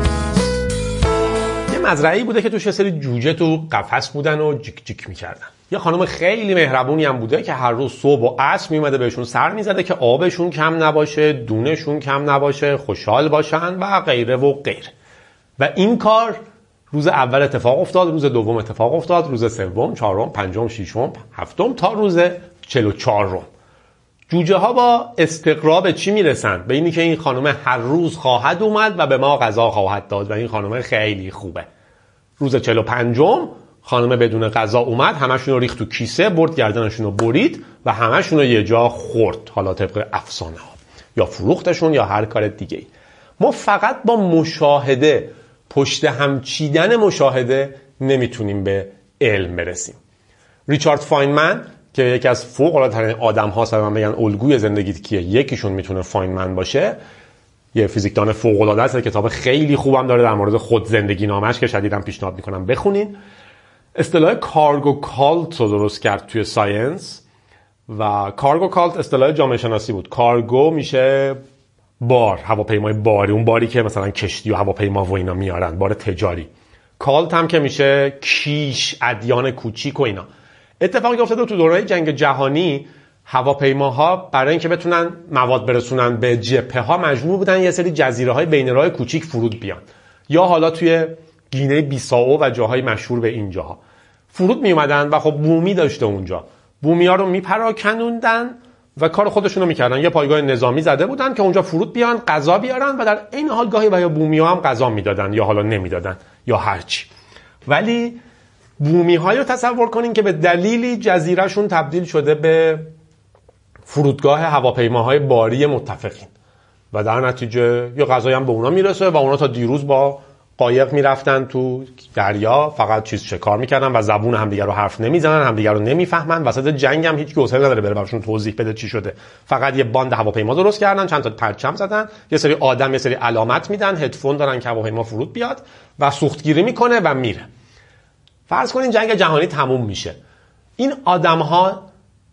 یه مزرعه‌ای بوده که توش یه سری جوجه تو قفس بودن و جیک جیک میکردن. یه خانم خیلی مهربونی هم بوده که هر روز صبح و عصر میومده بهشون سر میزده که آبشون کم نباشه، دونشون کم نباشه، خوشحال باشن و غیره و غیره. و این کار روز اول اتفاق افتاد، روز دوم اتفاق افتاد، روز سوم، چهارم، پنجم، ششم، هفتم تا روز چهل و چهارم. جوجه ها با استقرا به چی میرسن؟ به اینی که این خانم هر روز خواهد اومد و به ما غذا خواهد داد و این خانم خیلی خوبه. روز چهل و پنجم خانم بدون غذا اومد، همشون رو ریخت تو کیسه، برد گردنشون رو برید و همشون رو یه جا خورد، حالا طبق افسانه ها، یا فروختشون یا هر کار دیگه ای. ما فقط با مشاهده، پشت هم چیدن مشاهده نمیتونیم به علم برسیم. ریچارد فاینمن که یکی از فوق العاده ترین آدم هاست و من بگن الگوی زندگی کیه، یکیشون میتونه فاینمن باشه. یه فیزیکدان فوق العاده است، کتاب خیلی خوبم داره در مورد خود زندگی نامش که شدیداً پیشنهاد میکنم بخونین. اصطلاح کارگو کالت رو درست کرد توی ساینس و کارگو کالت اصطلاح جامعه شناسی بود. کارگو میشه بار، هواپیمای باری، اون باری که مثلا کشتی و هواپیما و اینا میارن، بار تجاری. کالت هم که میشه کیش، ادیان کوچیک و اینا. اتفاقی که افتاده تو دوران جنگ جهانی، هواپیماها برای اینکه بتونن مواد برسونن به جبهه ها مجبور بودن یه سری جزیره های بین‌راه کوچیک فرود بیان، یا حالا توی گینه بیسائو و جاهای مشهور به این جاها فرود می اومدن و خب بومی داشته اونجا، بومی ها رو میپراکنوندن و کار خودشونو میکردن. یه پایگاه نظامی زده بودن که اونجا فرود بیان، غذا بیارن و در این حال گاهی و یا بومی ها هم غذا میدادن یا حالا نمیدادن یا هرچی. ولی بومی ها رو تصور کنین که به دلیلی جزیرهشون تبدیل شده به فرودگاه هواپیماهای باری متفقین و در نتیجه یا غذایی هم به اونا میرسه و اونا تا دیروز با قایق میرفتن تو دریا، فقط چیز شکار میکردن و زبون همدیگه رو حرف نمیزنن، همدیگه رو نمیفهمن. وسط جنگ هم هیچ کی حوصله نداره بره براشون توضیح بده چی شده. فقط یه باند هواپیما درست کردن، چند تا پرچم زدن، یه سری آدم یه سری علامت میدن، هدفون دارن که هواپیما فرود بیاد و سوختگیری میکنه و میره. فرض کنین جنگ جهانی تموم میشه. این آدم‌ها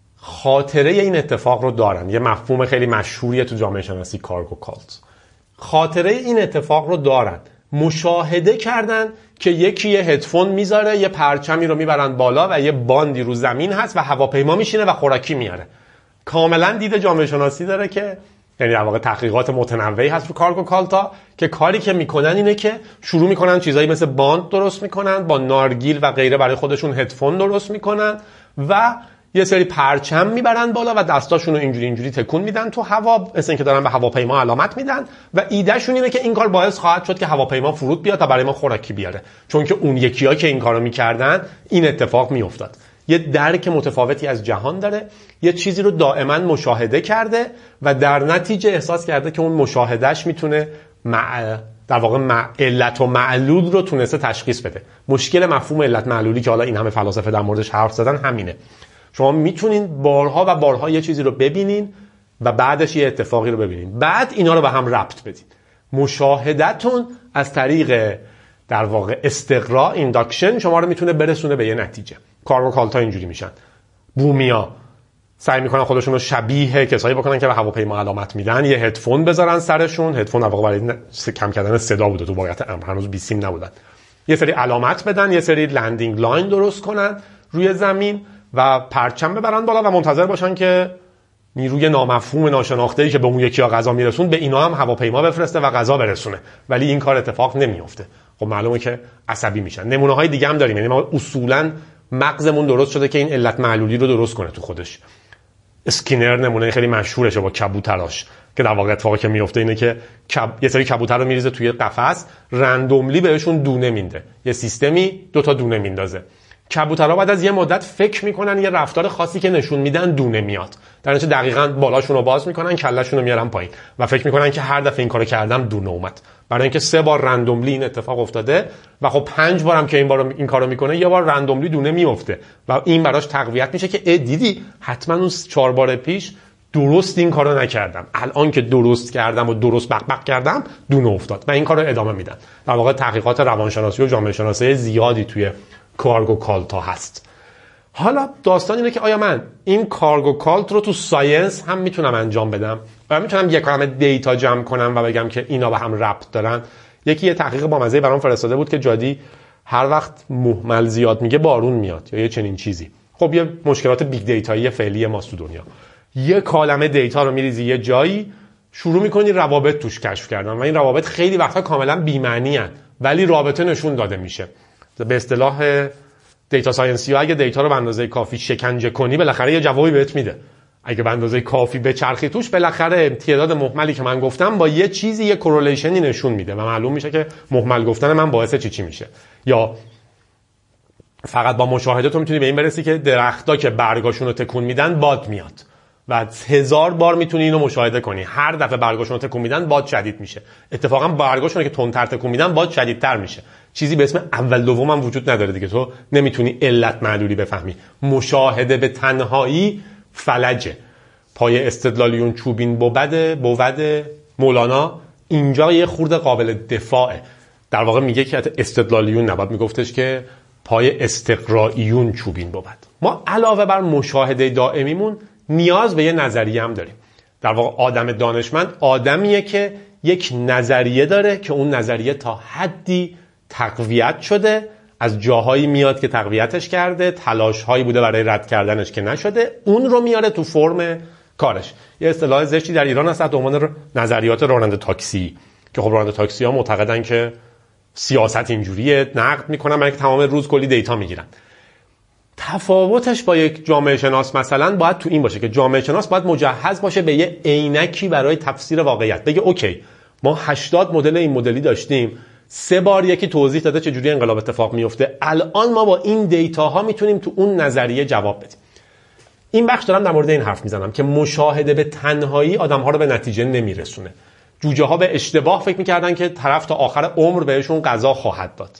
خاطره این اتفاق رو دارن. یه مفهوم خیلی مشهوریه تو جامعه شناسی، کارگو کالت. خاطره این اتفاق رو دارن. مشاهده کردن که یکی یه هدفون میذاره، یه پرچمی رو میبرن بالا و یه باندی رو زمین هست و هواپیما میشینه و خوراکی میاره. کاملا دید جامعه شناسی داره که یعنی در واقع تحقیقات متنوعی هست رو کارگو کالتا که کاری که میکنن اینه که شروع میکنن چیزایی مثل باند درست میکنن، با نارگیل و غیره برای خودشون هدفون درست میکنن و یه سری پرچم میبرن بالا و دستاشون رو اینجوری اینجوری تکون میدن تو هوا، مثل اینکه دارن به هواپیما علامت میدن و ایدهشون اینه که این کار باعث خواهد شد که هواپیما فرود بیاد تا برای ما خوراکی بیاره، چون که اون یکی‌ها که این کارو میکردن این اتفاق میافتاد. یه درک متفاوتی از جهان داره، یه چیزی رو دائما مشاهده کرده و در نتیجه احساس کرده که اون مشاهدهش میتونه مع... در واقع مع... علت و معلول رو تونسته تشخیص بده. مشکل مفهوم علت معلولی که حالا این همه فلاسفه در موردش حرف زدن همینه. شما میتونین بارها و بارها یه چیزی رو ببینین و بعدش یه اتفاقی رو ببینین، بعد اینا رو به هم ربط بدین. مشاهدتون از طریق در واقع استقراء، اینداکشن، شما رو میتونه برسونه به یه نتیجه. کارگو کالتا اینجوری میشن. بومیا سعی میکنن خودشون رو شبیه کسایی بکنن که به هواپیما علامت میدن، یه هدفون بذارن سرشون. هدفون در واقع برای کم کردن صدا بوده، تو واقعیت امر هنوز بیسیم نبودن. یه سری علامت بدن، یه سری لندینگ لاین درست کنن روی زمین و پرچم ببرن بالا و منتظر باشن که نیروی نامفهوم ناشناخته‌ای که به اون یکی‌ها غذا میرسون به اینا هم هواپیما بفرسته و غذا برسونه، ولی این کار اتفاق نمیافته. خب معلومه که عصبی میشن. نمونه‌های دیگه هم داریم، یعنی ما اصولاً مغزمون درست شده که این علت معلولی رو درست کنه تو خودش. اسکینر نمونه خیلی مشهورشه با کبوتراش، که در واقع اتفاقی که میفته اینه که کب... یه سری کبوتر رو میریزه توی قفس، رندوملی بهشون دونه میده، یه سیستمی دو تا دونه میندازه. کبوترها بعد از یه مدت فکر میکنن یه رفتار خاصی که نشون میدن دونه میاد، در نتیجه دقیقاً بالاشون رو باز میکنن، کلهشون رو میارن پایین و فکر میکنن که هر دفعه این کارو کردم دونه اومد، برای اینکه سه بار رندوملی این اتفاق افتاده و خب پنج بارم که این بار این کارو میکنه یه بار رندوملی دونه میفته و این براش تقویت میشه که ای دیدی حتما اون چهار بار پیش درست این کارو نکردم، الان که درست کردم و درست بق کردم دونه افتاد و این کارو ادامه میدن. در واقع تحقیقات روانشناسی و جامعه شناسی زیادی توی کارگو کالتا هست. حالا داستان اینه که آیا من این کارگو کالت رو تو ساینس هم میتونم انجام بدم؟ آیا میتونم یک کلمه دیتا جمع کنم و بگم که اینا به هم ربط دارن؟ یکی یه تحقیق با مزه برام فرستاده بود که جادی هر وقت مهمل زیاد میگه بارون میاد یا یه چنین چیزی. خب یه مشکلات بیگ دیتایی فعلی ماست تو دنیا. یه کلمه دیتا رو میریزی یه جایی، شروع میکنی روابط توش کشف کردن و این روابط خیلی وقتا کاملا بی معنی ان، ولی رابطه نشون داده میشه. به اصطلاح دیتا ساینسی ها اگه دیتا رو به اندازه کافی شکنجه کنی بالاخره یه جوابی بهت میده. اگه به اندازه کافی بچرخی توش بالاخره تعداد مهملی که من گفتم با یه چیزی یه کورلیشنی نشون میده و معلوم میشه که مهمل گفتن من باعث چی چی میشه. یا فقط با مشاهده تو میتونی به این برسی که درختا که برگاشون رو تکون میدن باد میاد و هزار بار میتونی اینو مشاهده کنی، هر دفعه برگاشون رو تکون میدن باد شدید میشه. اتفاقا برگاشون که تندتر تکون میدن باد شدیدتر میشه. چیزی به اسم اول دوم هم وجود نداره دیگه، تو نمیتونی علت معلولی بفهمی. مشاهده به تنهایی فلجه. پای استدلالیون چوبین بود بود مولانا اینجا یه خورده قابل دفاعه. در واقع میگه که استدلالیون نباید میگفتش که پای استقرائیون چوبین بود. ما علاوه بر مشاهده دائمیمون نیاز به یه نظریه هم داریم. در واقع آدم دانشمند آدمیه که یک نظریه داره که اون نظریه تا حدی تقویت شده، از جاهایی میاد که تقویتش کرده، تلاش‌هایی بوده برای رد کردنش که نشده، اون رو میاره تو فرم کارش. یه اصطلاح زشتی در ایران هست به عنوان نظریات راننده تاکسی، که خب راننده تاکسی ها معتقدن که سیاست اینجوریه، نقد میکنن برای که تمام روز کلی دیتا میگیرن. تفاوتش با یک جامعه شناس مثلا باید تو این باشه که جامعه شناس باید مجهز باشه به یه عینکی برای تفسیر واقعیت. بگه اوکی ما هشتاد مدل این مدلی داشتیم، سه بار یکی توضیح داده چجوری انقلاب اتفاق میفته، الان ما با این دیتاها میتونیم تو اون نظریه جواب بدیم. این بخش دارم در مورد این حرف میزنم که مشاهده به تنهایی آدم‌ها رو به نتیجه نمیرسونه. جوجه ها به اشتباه فکر میکردن که طرف تا آخر عمر بهشون غذا خواهد داد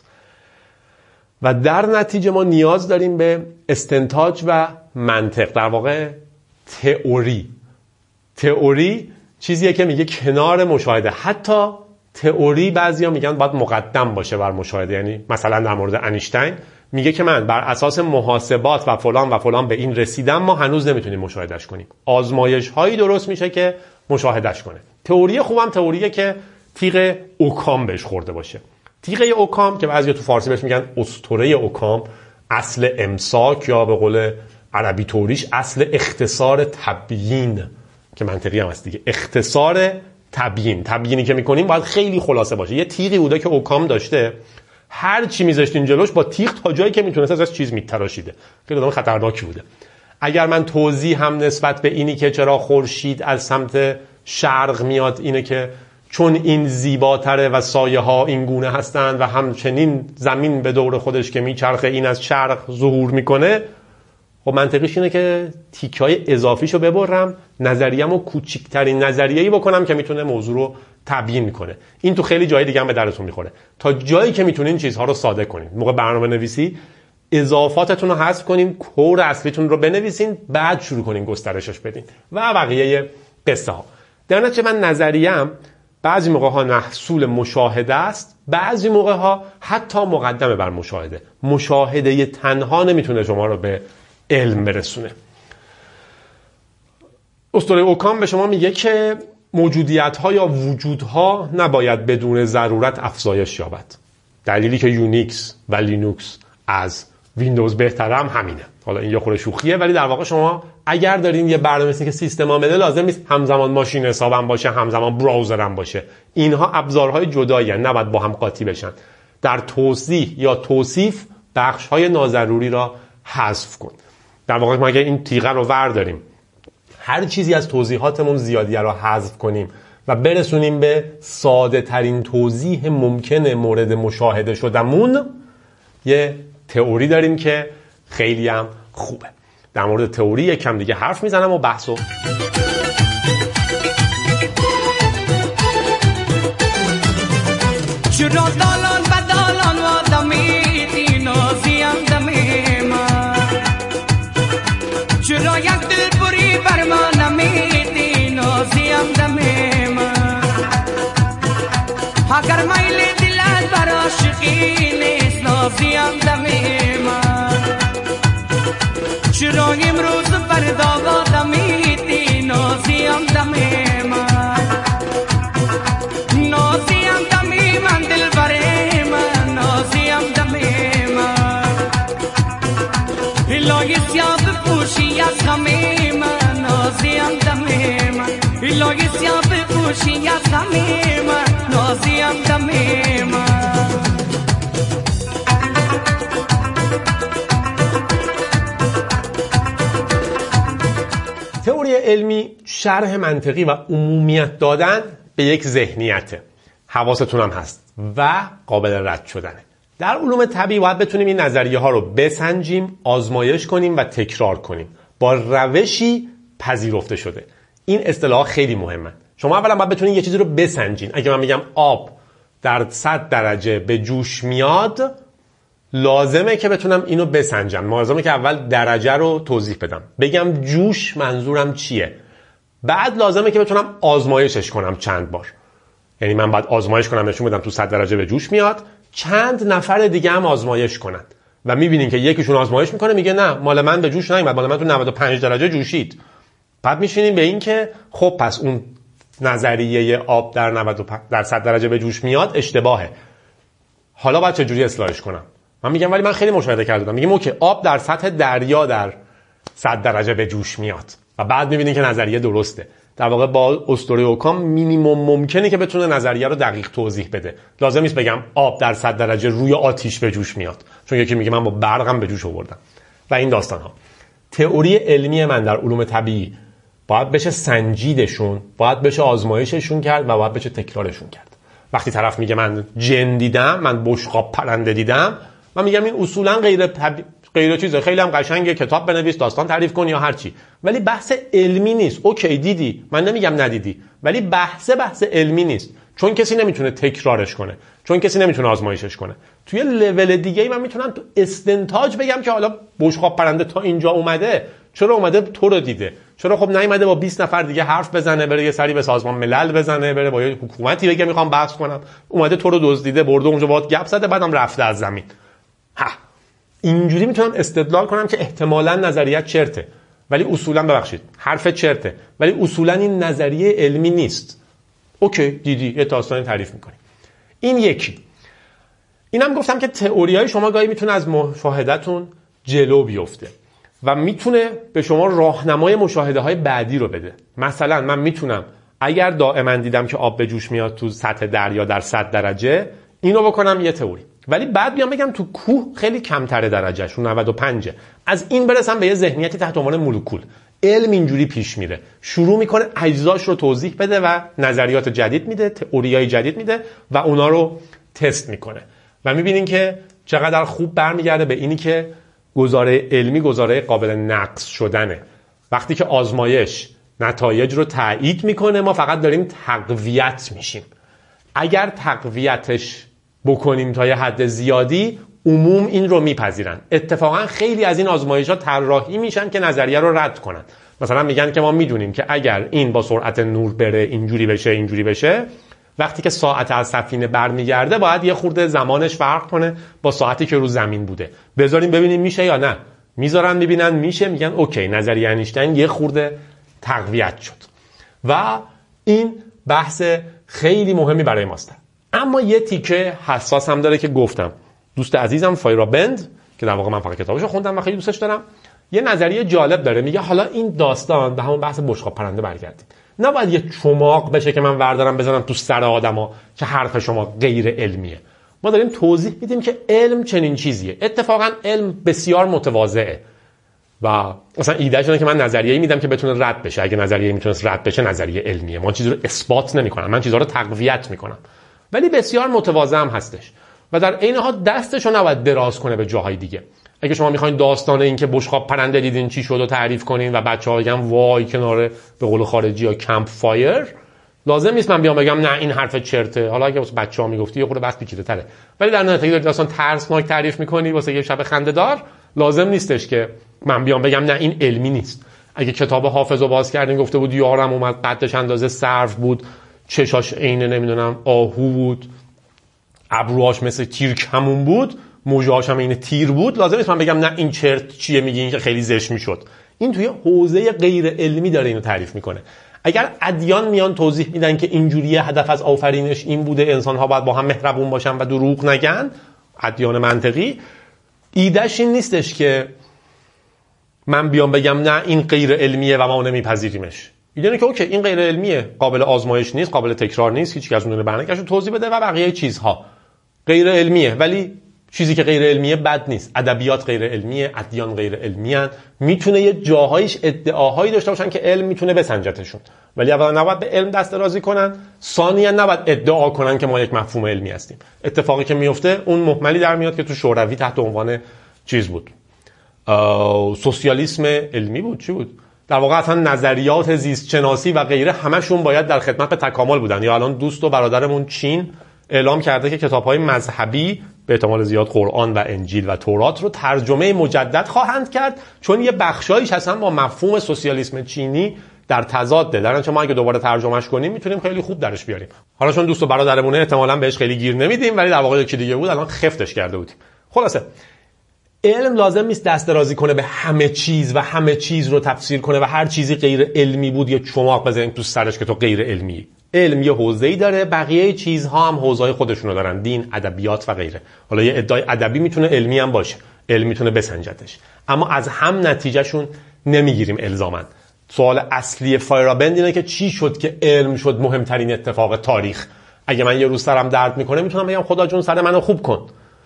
و در نتیجه ما نیاز داریم به استنتاج و منطق، در واقع تئوری. تئوری چیزیه که میگه کنار مشاهده، حتی تئوری بعضیا میگن باید مقدم باشه بر مشاهده. یعنی مثلا در مورد انیشتین میگه که من بر اساس محاسبات و فلان و فلان به این رسیدم، ما هنوز نمیتونیم مشاهدهش کنیم. آزمایش هایی درست میشه که مشاهدهش کنه. تئوری خوبم تئوریه که تیغ اوکام بهش خورده باشه. تیغ اوکام که بعضیا تو فارسی بهش میگن اسطوره اوکام، اصل امساک یا به قول عربی توریش اصل اختصار تبیین، که منطقی هم هست دیگه. اختصار تبیین، تبیینی که میکنیم باید خیلی خلاصه باشه. یه تیغی بوده که اوکام داشته، هر چی میذاشتین جلوش با تیغ تا جایی که میتونست ازش چیز میتراشیده. خیلی آدم خطرناکی بوده. اگر من توضیح هم نسبت به اینی که چرا خورشید از سمت شرق میاد اینه که چون این زیباتره و سایه ها این گونه هستند و همچنین زمین به دور خودش که میچرخه این از شرق ظهور میکنه، خب منطقیش اینه که تیکای اضافیشو ببرم، نظریه‌مو کوچیکترین نظریه‌ای بکنم که میتونه موضوع رو تبیین کنه. این تو خیلی جای دیگه هم به درتون میخوره. تا جایی که میتونین چیزها رو ساده کنین. موقع برنامه نویسی اضافاتتون رو حذف کنین، کور اصلیتون رو بنویسین، بعد شروع کنین گسترشش بدین و بقیه قصه ها. در نتیجه من نظریه‌ام بعضی موقع ها محصول مشاهده است، بعضی موقع ها حتی مقدمه بر مشاهده. مشاهده تنها نمیتونه شما رو به علم برسونه. اسطوره اوکام به شما میگه که موجودیت ها یا وجود ها نباید بدون ضرورت افزایش یابد. دلیلی که یونیکس و لینوکس از ویندوز بهتره هم همینه. حالا این یه خورده شوخیه، ولی در واقع شما اگر دارین یه برنامه‌نویسی که سیستم عامله، لازم نیست همزمان ماشین حسابم باشه، همزمان براوزرم باشه. اینها ابزارهای جدایی هستند، نباید با هم قاطی بشن. در توضیح یا توصیف بخش‌های ناضروری را حذف کن. در واقع ما اگه این تیغه رو ور داریم، هر چیزی از توضیحاتمون زیادیه رو حذف کنیم و برسونیم به ساده ترین توضیح ممکن مورد مشاهده شدمون، یه تئوری داریم که خیلی هم خوبه. در مورد تئوری یکم دیگه حرف میزنم و بحثو چرا دالان و دالان و دمیدی نازیم دمیم، چرا یک دل بری بر ما نمیدی نازیم دمیم، اگر میل دلت بر عاشقی نیست نازیم دمیم، چرا امروز فردا و دمیدی نازیم دمیم، نازیم دمیم دل بریم نازیم دمیم، الهی سیاه بپوشی از غمیم نازیم دمیم، الهی سیاه بپوشی از غمیم نازیم دمیم. تئوری علمی شرح منطقی و عمومیت دادن به یک ذهنیته، حواستون هم هست و قابل رد شدنه. در علوم طبیعی باید بتونیم این نظریه ها رو بسنجیم، آزمایش کنیم و تکرار کنیم با روشی پذیرفته شده. این اصطلاح خیلی مهمه. شما اولا باید بتونین یه چیزی رو بسنجین. اگه من میگم آب در صد درجه به جوش میاد، لازمه که بتونم اینو بسنجم. لازمه که اول درجه رو توضیح بدم، بگم جوش منظورم چیه. بعد لازمه که بتونم آزمایشش کنم چند بار. یعنی من باید آزمایش کنم، نشون بدم تو صد درجه به جوش میاد، چند نفر دیگه هم آزمایش کنن و میبینین که یکیشون آزمایش میکنه میگه نه مال من به جوش نیومد، مال من تو نود و پنج درجه جوشید. بعد میشینیم به این که خب پس اون نظریه آب در نود و پنج در صد درجه به جوش میاد اشتباهه. حالا باید چجوری اصلاحش کنم؟ من میگم ولی من خیلی مشاهده کردم. میگم اوکی آب در سطح دریا در صد درجه به جوش میاد و بعد میبینین که نظریه درسته. در واقع با اسطوره اوکام مینیمم ممکنه که بتونه نظریه رو دقیق توضیح بده. لازم نیست بگم آب در صد درجه روی آتیش به جوش میاد، چون یکی میگه من با برقم به جوش آوردم و این داستان ها. تئوری علمی من در علوم طبیعی باید بشه سنجیدشون، باید بشه آزمایششون کرد و باید بشه تکرارشون کرد. وقتی طرف میگه من جن دیدم، من بشقاب پرنده دیدم، من میگم این اصولا غیر طبیعی، غیر چیزه، خیلی هم قشنگه، کتاب بنویس، داستان تعریف کن یا هر چی، ولی بحث علمی نیست. اوکی دیدی، من نمیگم ندیدی، ولی بحث بحث علمی نیست، چون کسی نمیتونه تکرارش کنه، چون کسی نمیتونه آزمایشش کنه. توی لول دیگه ای من میتونم تو استنتاج بگم که حالا بشقاب پرنده تا اینجا اومده، چرا اومده تو رو دیده، چرا خب نیومده با بیست نفر دیگه حرف بزنه، بره یه سری به سازمان ملل بزنه، بره با یه حکومتی بگه میخوام بحث کنم، اومده تو رو دزدیده، برده اونجا باهات گپ زده، بعدم رفته از زمین. ها اینجوری میتونم استدلال کنم که احتمالاً نظریه چرته، ولی اصولاً ببخشید حرف چرته، ولی اصولاً این نظریه علمی نیست. اوکی دیدی یه داستانی تعریف میکنی. این یکی. اینم گفتم که تئوریای شما گاهی میتونه از مشاهدتون جلو بیفته و میتونه به شما راهنمای مشاهده های بعدی رو بده. مثلا من میتونم اگر دائما دیدم که آب به جوش میاد تو سطح دریا در صد درجه، اینو بکنم یه تئوری. ولی بعد بیام بگم تو کوه خیلی کمتره درجهش، رو نود و پنج. از این برسم به یه ذهنیتی تحت عنوان مولکول. علم اینجوری پیش میره، شروع میکنه اجزاش رو توضیح بده و نظریات جدید میده، تئوریای جدید میده و اونا رو تست میکنه و میبینین که چقدر خوب برمیگرده به اینی که گزاره علمی گزاره قابل نقص شدنه. وقتی که آزمایش نتایج رو تایید میکنه ما فقط داریم تقویت میشیم. اگر تقویتش بکنیم تا یه حد زیادی عموم این رو میپذیرن. اتفاقا خیلی از این آزمایش‌ها طراحی میشن که نظریه رو رد کنن. مثلا میگن که ما میدونیم که اگر این با سرعت نور بره اینجوری بشه اینجوری بشه، وقتی که ساعت از سفینه برمیگرده باید یه خورده زمانش فرق کنه با ساعتی که رو زمین بوده. بذاریم ببینیم میشه یا نه. میذارن میبینن میشه، میگن اوکی نظریه اینشتین یه خورده تقویت شد. و این بحث خیلی مهمی برای ماست. اما یه تیکه حساس هم داره که گفتم. دوست عزیزم فایرابند که در واقع من فقط کتابشو خوندم و خیلی دوستش دارم، یه نظریه جالب داره. میگه حالا این داستان به همون بحث بشقاب پرنده برگردیم. نباید یه چماق بشه که من وردارم بزنم تو سر آدما که حرف شما غیر علمیه. ما داریم توضیح میدیم که علم چنین چیزیه. اتفاقا علم بسیار متواضعه و مثلا ایدهش اینه که من نظریه‌ای میدم که بتونه رد بشه. اگه نظریه میتونست رد بشه نظریه علمیه. ما چیزی رو اثبات نمی‌کنم، من چیزا رو تقویت می‌کنم. ولی بسیار متواضع هم هستش و در عین حال دستش رو نباید دراز کنه به جاهای دیگه. اگه شما میخواین داستان این که بشقاب پرنده دیدین چی شد و تعریف کنین و بچه‌ها بگن وای کنار به قول خارجی‌ها کمپ فایر، لازم نیست من بیام بگم نه این حرف چرته. حالا اگه واسه بچه‌ها میگفتی یه خورده بس پیچیده‌تره، ولی در نهایت اگه داستان ترسناک تعریف می‌کنی واسه یه شب خنده‌دار، لازم نیستش که من بیام بگم نه این علمی نیست. اگه کتاب حافظو باز کردین گفته بود یارم اومد قدش اندازه سرو بود، چشاش عین نمیدونم آهو بود، ابروهاش مثل تیر کمون بود، موجهاش هم این تیر بود، لازم نیست من بگم نه این چرت چیه میگی، این که خیلی زشت میشد. این توی حوزه غیر علمی داره اینو تعریف میکنه. اگر ادیان میان توضیح میدن که اینجوریه، هدف از آفرینش این بوده، انسان ها باید با هم مهربون باشن و دروغ نگن، ادیان منطقی، ایدهش این نیستش که من بیام بگم نه این غیر علمیه و ما نمیپذیریمش. ایده اینه که اوکی این غیر علمیه، قابل آزمایش نیست، قابل تکرار نیست، هیچ کس اون برنامه‌اش توضیح بده و بقیه چیزها غیر علمیه. ولی چیزی که غیر علمیه بد نیست. ادبیات غیر علمیه، ادیان غیر علمیان، میتونه یه جاهایش ادعاهایی داشته باشن که علم میتونه بسنجتشون، ولی اولا نباید به علم دست درازی کنن، ثانیا نباید ادعا کنن که ما یک مفهوم علمی هستیم. اتفاقی که میفته اون محملی در میاد که تو شوروی تحت عنوان چیز بود، سوسیالیسم علمی بود، چی بود؟ در واقع اصلا نظریات زیست شناسی و غیره همشون باید در خدمت به تکامل بودن. یا الان دوست و برادرمون چین اعلام کرده که کتاب‌های مذهبی به احتمال زیاد قرآن و انجیل و تورات رو ترجمه مجدد خواهند کرد، چون یه بخشایش اصلا با مفهوم سوسیالیسم چینی در تضاده. در نتیجه ما اگه دوباره ترجمهش کنیم میتونیم خیلی خوب درش بیاریم. حالا چون دوست و برادرمونه احتمالاً بهش خیلی گیر نمیدیم، ولی در واقع یکی دیگه بود الان خفتش کرده بودیم. خلاصه علم لازم نیست دست درازی کنه به همه چیز و همه چیز رو تفسیر کنه و هر چیزی غیر علمی بود یه چماق بزنیم تو سرش که تو غیر علمی. علم یه حوزه‌ای داره، بقیه چیزها هم حوزه‌های خودشونو دارن، دین، ادبیات و غیره. حالا یه ادعای ادبی میتونه علمی هم باشه، علم میتونه بسنجتش، اما از هم نتیجهشون نمیگیریم الزاماً. سوال اصلی فایرابند اینه که چی شد که علم شد مهمترین اتفاق تاریخ؟ اگه من یه روز سرم درد میکنه میتونم بگم خدا جون سر منو خوب کن،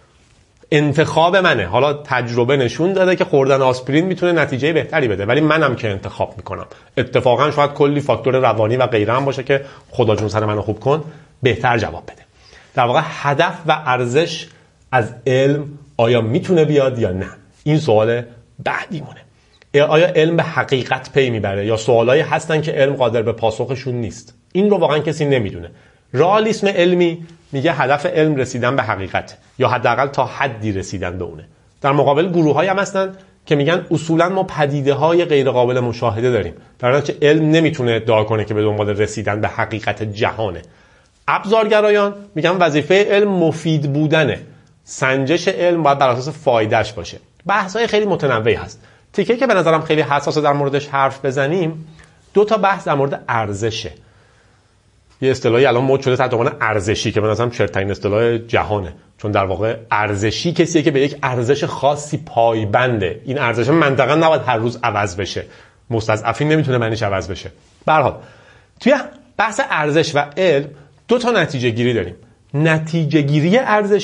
انتخاب منه. حالا تجربه نشون داده که خوردن آسپرین میتونه نتیجه بهتری بده، ولی منم که انتخاب میکنم. اتفاقا شاید کلی فاکتور روانی و غیره هم باشه که خدا جون سر منو خوب کن بهتر جواب بده. در واقع هدف و ارزش از علم آیا میتونه بیاد یا نه؟ این سوال بعدیمونه. آیا علم به حقیقت پی میبره یا سوالایی هستن که علم قادر به پاسخشون نیست؟ این رو واقعا کسی نمیدونه. رئالیسم علمی میگه هدف علم رسیدن به حقیقت یا حداقل تا حدی رسیدن به اونه. در مقابل گروه‌هایی هم هستن که میگن اصولا ما پدیده‌های غیر قابل مشاهده داریم، در حالی که علم نمیتونه ادعا کنه که به دنبال رسیدن به حقیقت جهانه. ابزارگرایان میگن وظیفه علم مفید بودنه، سنجش علم باید بر اساس فایدهش باشه. بحث‌های خیلی متنوعی هست. تیکه که به نظرم خیلی حساسه در موردش حرف بزنیم، دو تا بحث در مورد ارزشه. یه اصطلاحی الان مد شده تحت عنوان ارزشی که به نظرم چرت‌ترین اصطلاح جهانه، چون در واقع ارزشی کسیه که به یک ارزش خاصی پایبنده. این ارزش منطقاً نباید هر روز عوض بشه، مستضعفین نمیتونه معنیش عوض بشه. به هر حال توی بحث ارزش و علم دو تا نتیجه گیری داریم، نتیجه گیری ارزشی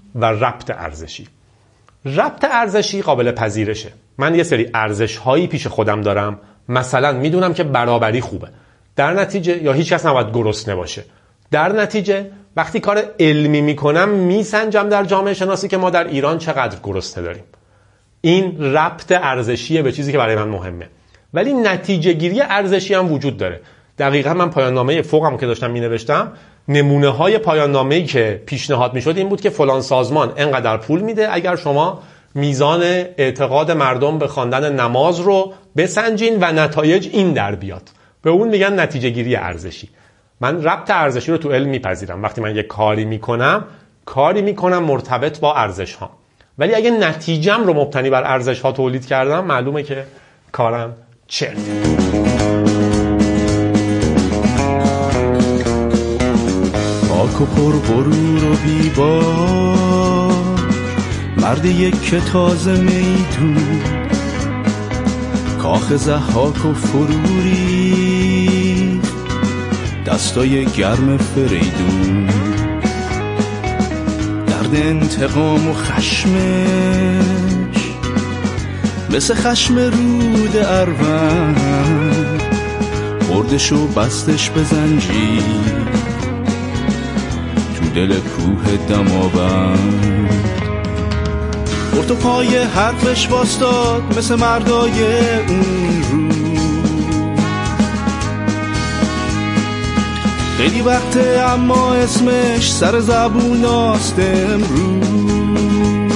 و ربط ارزشی. ربط ارزشی قابل پذیرشه. من یه سری ارزش هایی پیش خودم دارم، مثلا میدونم که برابری خوبه، در نتیجه یا هیچ کس نباید گرسنه باشه، در نتیجه وقتی کار علمی میکنم میسنجم در جامعه شناسی که ما در ایران چقدر گرسنه داریم. این ربط ارزشیه به چیزی که برای من مهمه. ولی نتیجه گیری ارزشی هم وجود داره. دقیقا من پایان نامه فوقم که داشتم مینوشتم، نمونه های پایان نامه‌ای که پیشنهاد میشد این بود که فلان سازمان انقدر پول میده اگر شما میزان اعتقاد مردم به خواندن نماز رو بسنجین و نتایج این در بیاد. به اون میگن نتیجه گیری ارزشی. من ربط ارزشی رو تو علم میپذیرم. وقتی من یک کاری میکنم کاری میکنم مرتبط با ارزش ها، ولی اگه نتیجم رو مبتنی بر ارزش ها تولید کردم معلومه که کارم چرته. پاک و پر غرور و بیبار، مرد یک تازه میدون، کاخ ضحاک و فروری، دستای گرم فریدون، درد انتقام و خشمش مثل خشم رود اروند، خوردش و بستش به زنجیر تو دل کوه دماوند. برد و پای حرفش واستاد مثل مردای اون رو، خیلی وقته اما اسمش سر زبوناست امروز.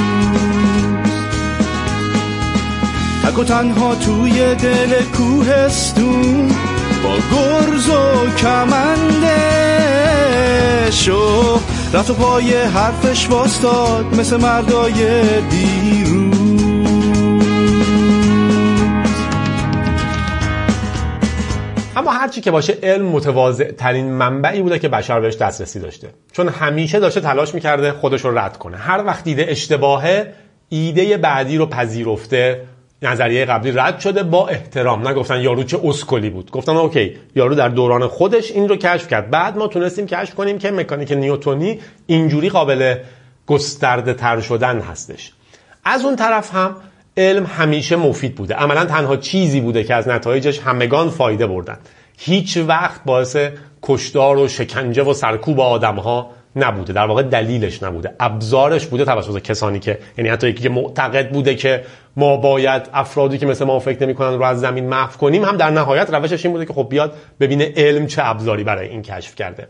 تک و تنها توی دل کوهستون با گرز و کمندش و رفت و پای حرفش واستاد مثل مردای دیروز. اما هرچی که باشه علم متواضع ترین منبعی بوده که بشر بهش دسترسی داشته، چون همیشه داشته تلاش میکرده خودش رو رد کنه. هر وقت دیده اشتباهه ایده بعدی رو پذیرفته، نظریه قبلی رد شده با احترام. نگفتن یارو چه اسکلی بود، گفتن اوکی یارو در دوران خودش این رو کشف کرد، بعد ما تونستیم کشف کنیم که مکانیک نیوتنی اینجوری قابل گسترده تر شدن هستش. از اون طرف هم علم همیشه مفید بوده، عملا تنها چیزی بوده که از نتایجش همگان فایده بردن. هیچ وقت باعث کشتار و شکنجه و سرکوب آدم‌ها نبوده، در واقع دلیلش نبوده، ابزارش بوده توسط کسانی که، یعنی حتی یکی که معتقد بوده که ما باید افرادی که مثل ما فکر نمی‌کنن رو از زمین محو کنیم، هم در نهایت روشش این بوده که خب بیاد ببینه علم چه ابزاری برای این کشف کرده.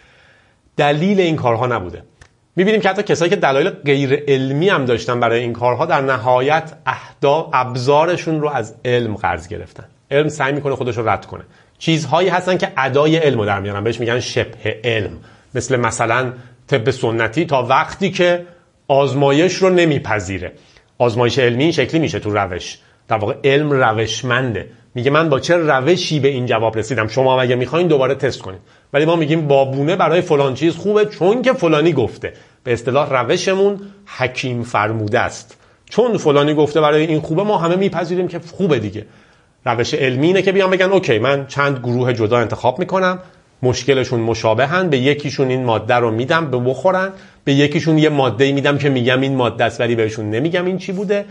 دلیل این کارها نبوده. می‌بینیم که حتی کسایی که دلایل غیر علمی هم داشتن برای این کارها در نهایت اهداف ابزارشون رو از علم قرض گرفتن. علم سعی می‌کنه خودش رو رد کنه. چیزهایی هستن که ادای علم رو در میارن، بهش میگن شبه علم، مثل مثلا طب سنتی تا وقتی که آزمایش رو نمیپذیره. آزمایش علمی این شکلی میشه تو روش. در واقع علم روشمنده، میگه من با چه روشی به این جواب رسیدم، شما اگه میخواین دوباره تست کنید. ولی ما میگیم بابونه برای فلان چیز خوبه چون که فلانی گفته. به اصطلاح روشمون حکیم فرموده است، چون فلانی گفته برای این خوبه ما همه میپذیریم که خوبه دیگه. روش علمی اینه که بیان بگن اوکی من چند گروه جدا انتخاب میکنم، مشکلشون مشابهن، به یکیشون این ماده رو میدم به بخورن، به یکیشون یه ماده‌ای میدم که میگم این ماده است ولی بهشون نمیگم این چی بوده،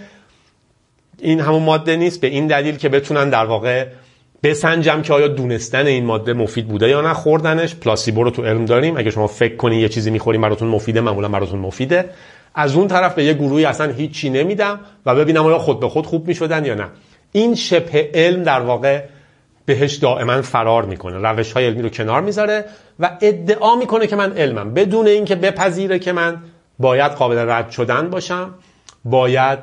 این همون ماده نیست، به این دلیل که بتونن در واقع بسنجم که آیا دونستن این ماده مفید بوده یا نه خوردنش. پلاسیبو رو تو علم داریم، اگه شما فکر کنین یه چیزی میخورین براتون مفیده، معمولا براتون مفیده. از اون طرف به یه گروهی اصلا هیچی نمیدم و ببینم آیا خود به خود خوب میشدن یا نه. این شبه علم در واقع بهش دائما فرار میکنه، روش های علمی رو کنار میذاره و ادعا میکنه که من علمم، بدون اینکه بپذیره که من باید قابل رد شدن باشم، باید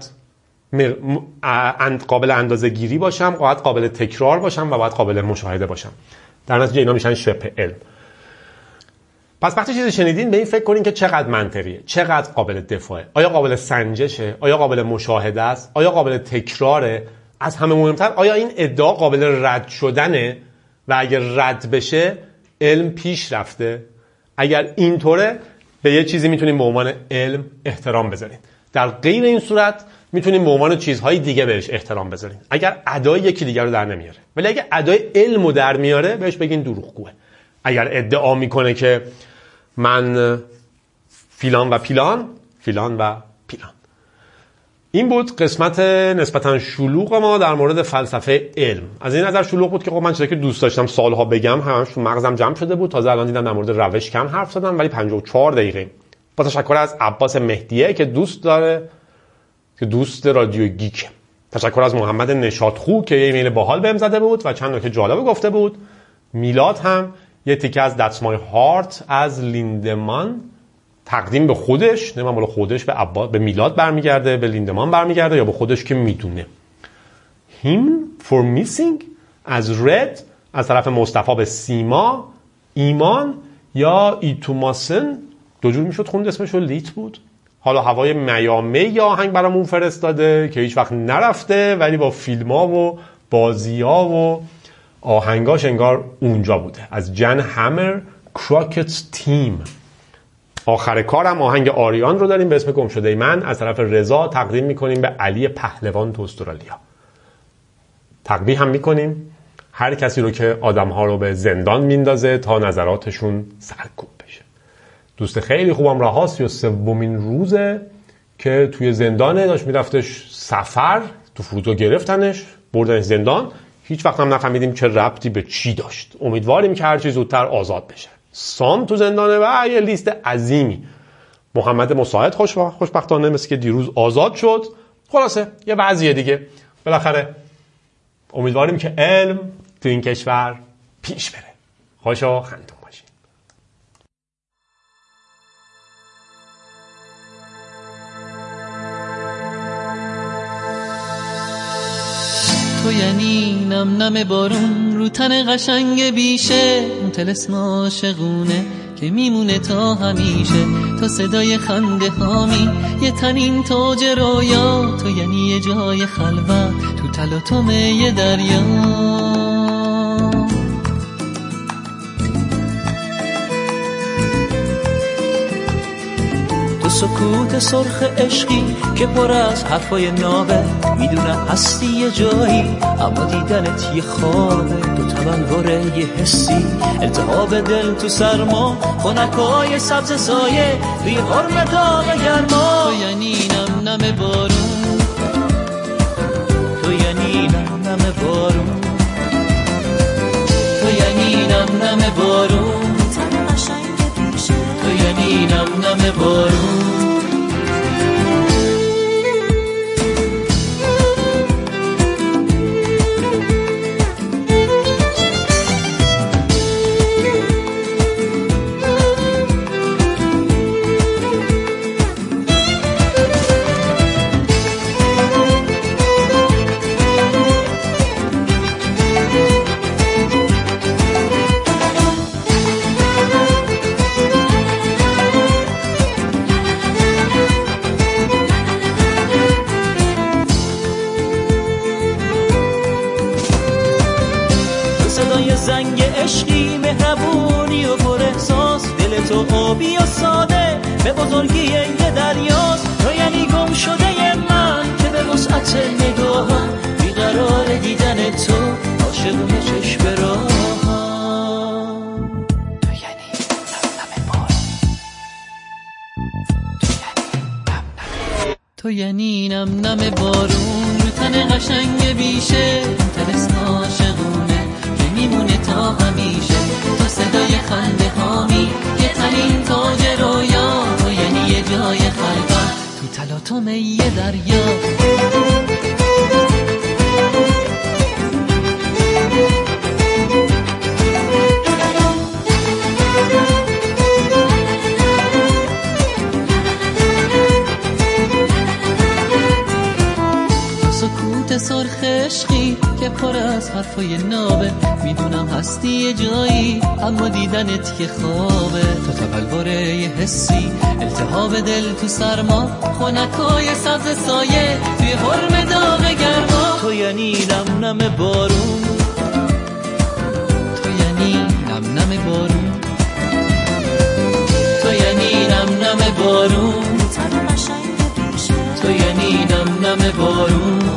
قابل اندازه گیری باشم، باید قابل تکرار باشم و باید قابل مشاهده باشم. در نتیجه اینا میشن شبه علم. پس وقتی چیزی شنیدین به این فکر کنین که چقدر منطقیه، چقدر قابل دفاعه، آیا قابل سنجشه، آیا قابل مشاهده است، آیا قابل تکراره، از همه مهمتر آیا این ادعا قابل رد شدنه و اگر رد بشه علم پیش رفته. اگر اینطوره به یه چیزی میتونیم به عنوان علم احترام بذارین، در غیر این صورت میتونیم به عنوان چیزهای دیگه بهش احترام بذارین. اگر ادعای یکی دیگر رو در نمیاره، ولی اگر ادعای علم رو در میاره بهش بگین دروغگوه. اگر ادعا میکنه که من فیلان و پیلان فیلان و پیلان. این بود قسمت نسبتاً شلوغ ما در مورد فلسفه علم. از این نظر شلوغ بود که خب من چیزی که دوست داشتم سالها بگم همش تو مغزم جمع شده بود. تازه الان دیدم در مورد روش کم حرف زدم، ولی پنجاه و چهار دقیقه. با تشکر از عباس مهدیه که دوست داره که دوست رادیو گیک. تشکر از محمد نشاطخو که یه ایمیل باحال بهم زده بود و چند نکته جالب گفته بود. میلاد هم یه تیکه از That's My Heart از لیندمان تقدیم به خودش، نه مال خودش به عبا به میلاد برمیگرده، به لیندمان برمیگرده یا به خودش که میدونه. Hymn for Missing از رد از طرف مصطفی به سیما، ایمان یا ایتوماسن دو جور میشد خوند اسمش رو لیت بود. حالا هوای میامی یا آهنگ برامون فرستاده که هیچ وقت نرفته ولی با فیلم‌ها و بازی‌ها و آهنگاش انگار اونجا بوده. از جن همر کراکت تیم. آخر کارم آهنگ آریان رو داریم به اسم گم شده من از طرف رضا تقدیم میکنیم به علی پهلوان تو استرالیا. تقبیح هم میکنیم هر کسی رو که آدم‌ها رو به زندان میندازه تا نظراتشون سرکوب بشه. دوست خیلی خوبم رهاست یا سومین روزه که توی زندانه، داشت میرفتش سفر، تو فرودگاه گرفتنش بردنش زندان، هیچ وقت هم نفهمیدیم چه ربطی به چی داشت. امیدواریم که هر چی زودتر آزاد بشه. سام تو زندانه و یه لیست عظیمی. محمد مساعد خوش خوشبختانه مثل که دیروز آزاد شد. خلاصه یه وضعیه دیگه. بالاخره امیدواریم که علم تو این کشور پیش بره. خوش و خندون باشین. تو یعنی نم نم بارون رو تن قشنگ بیشه، اون طلسم عاشقونه که میمونه تا همیشه، تا صدای خنده هامی یه تنین تاج رویا، تو یعنی یه جای خلوت تو تلاطم یه دریا. سکوت سرخ عشقی که پر از حرفای نابه، میدونم هستی یه جایی اما دیدنت یه خوابه، تو تبلوره یه حسی التهاب دل تو سرما، خنکای سبز سایه توی حرم داغ گرما. تو یعنی نم نم بارون، تو یعنی نم نم بارون، تو یعنی نم نم بارون، تو یعنی نم نم بارون. زنگ عشقی مهربونی و پر احساس، دل تو آبی و ساده به بزرگی یه دریاست. تو یعنی گم شده من که به وسعت نگاهم بیقرار دیدن تو، عاشق چشم راهم. تو یعنی نم نم بارون، تو یعنی نم نم بارون رو تن قشنگ بیشه، طلسم عاشقونه میمونه تا همیشه، تو صدای خنده هامی یه تنین تاج رویا، تو یعنی یه جای خلوت تو تلاطم یه دریا. سکوت سرخ عشقی که پر از حرفای نابه، میدونم هستی یه جایی اما دیدنت یه خوابه، تو تبلوره یه حسی التهاب دل تو سرما، خنکای سبز سایه توی حرم داغ گرما. تو یعنی نم نم بارون، تو یعنی نم نم بارون، تو یعنی نم نم بارون، تو یعنی نم نم بارون.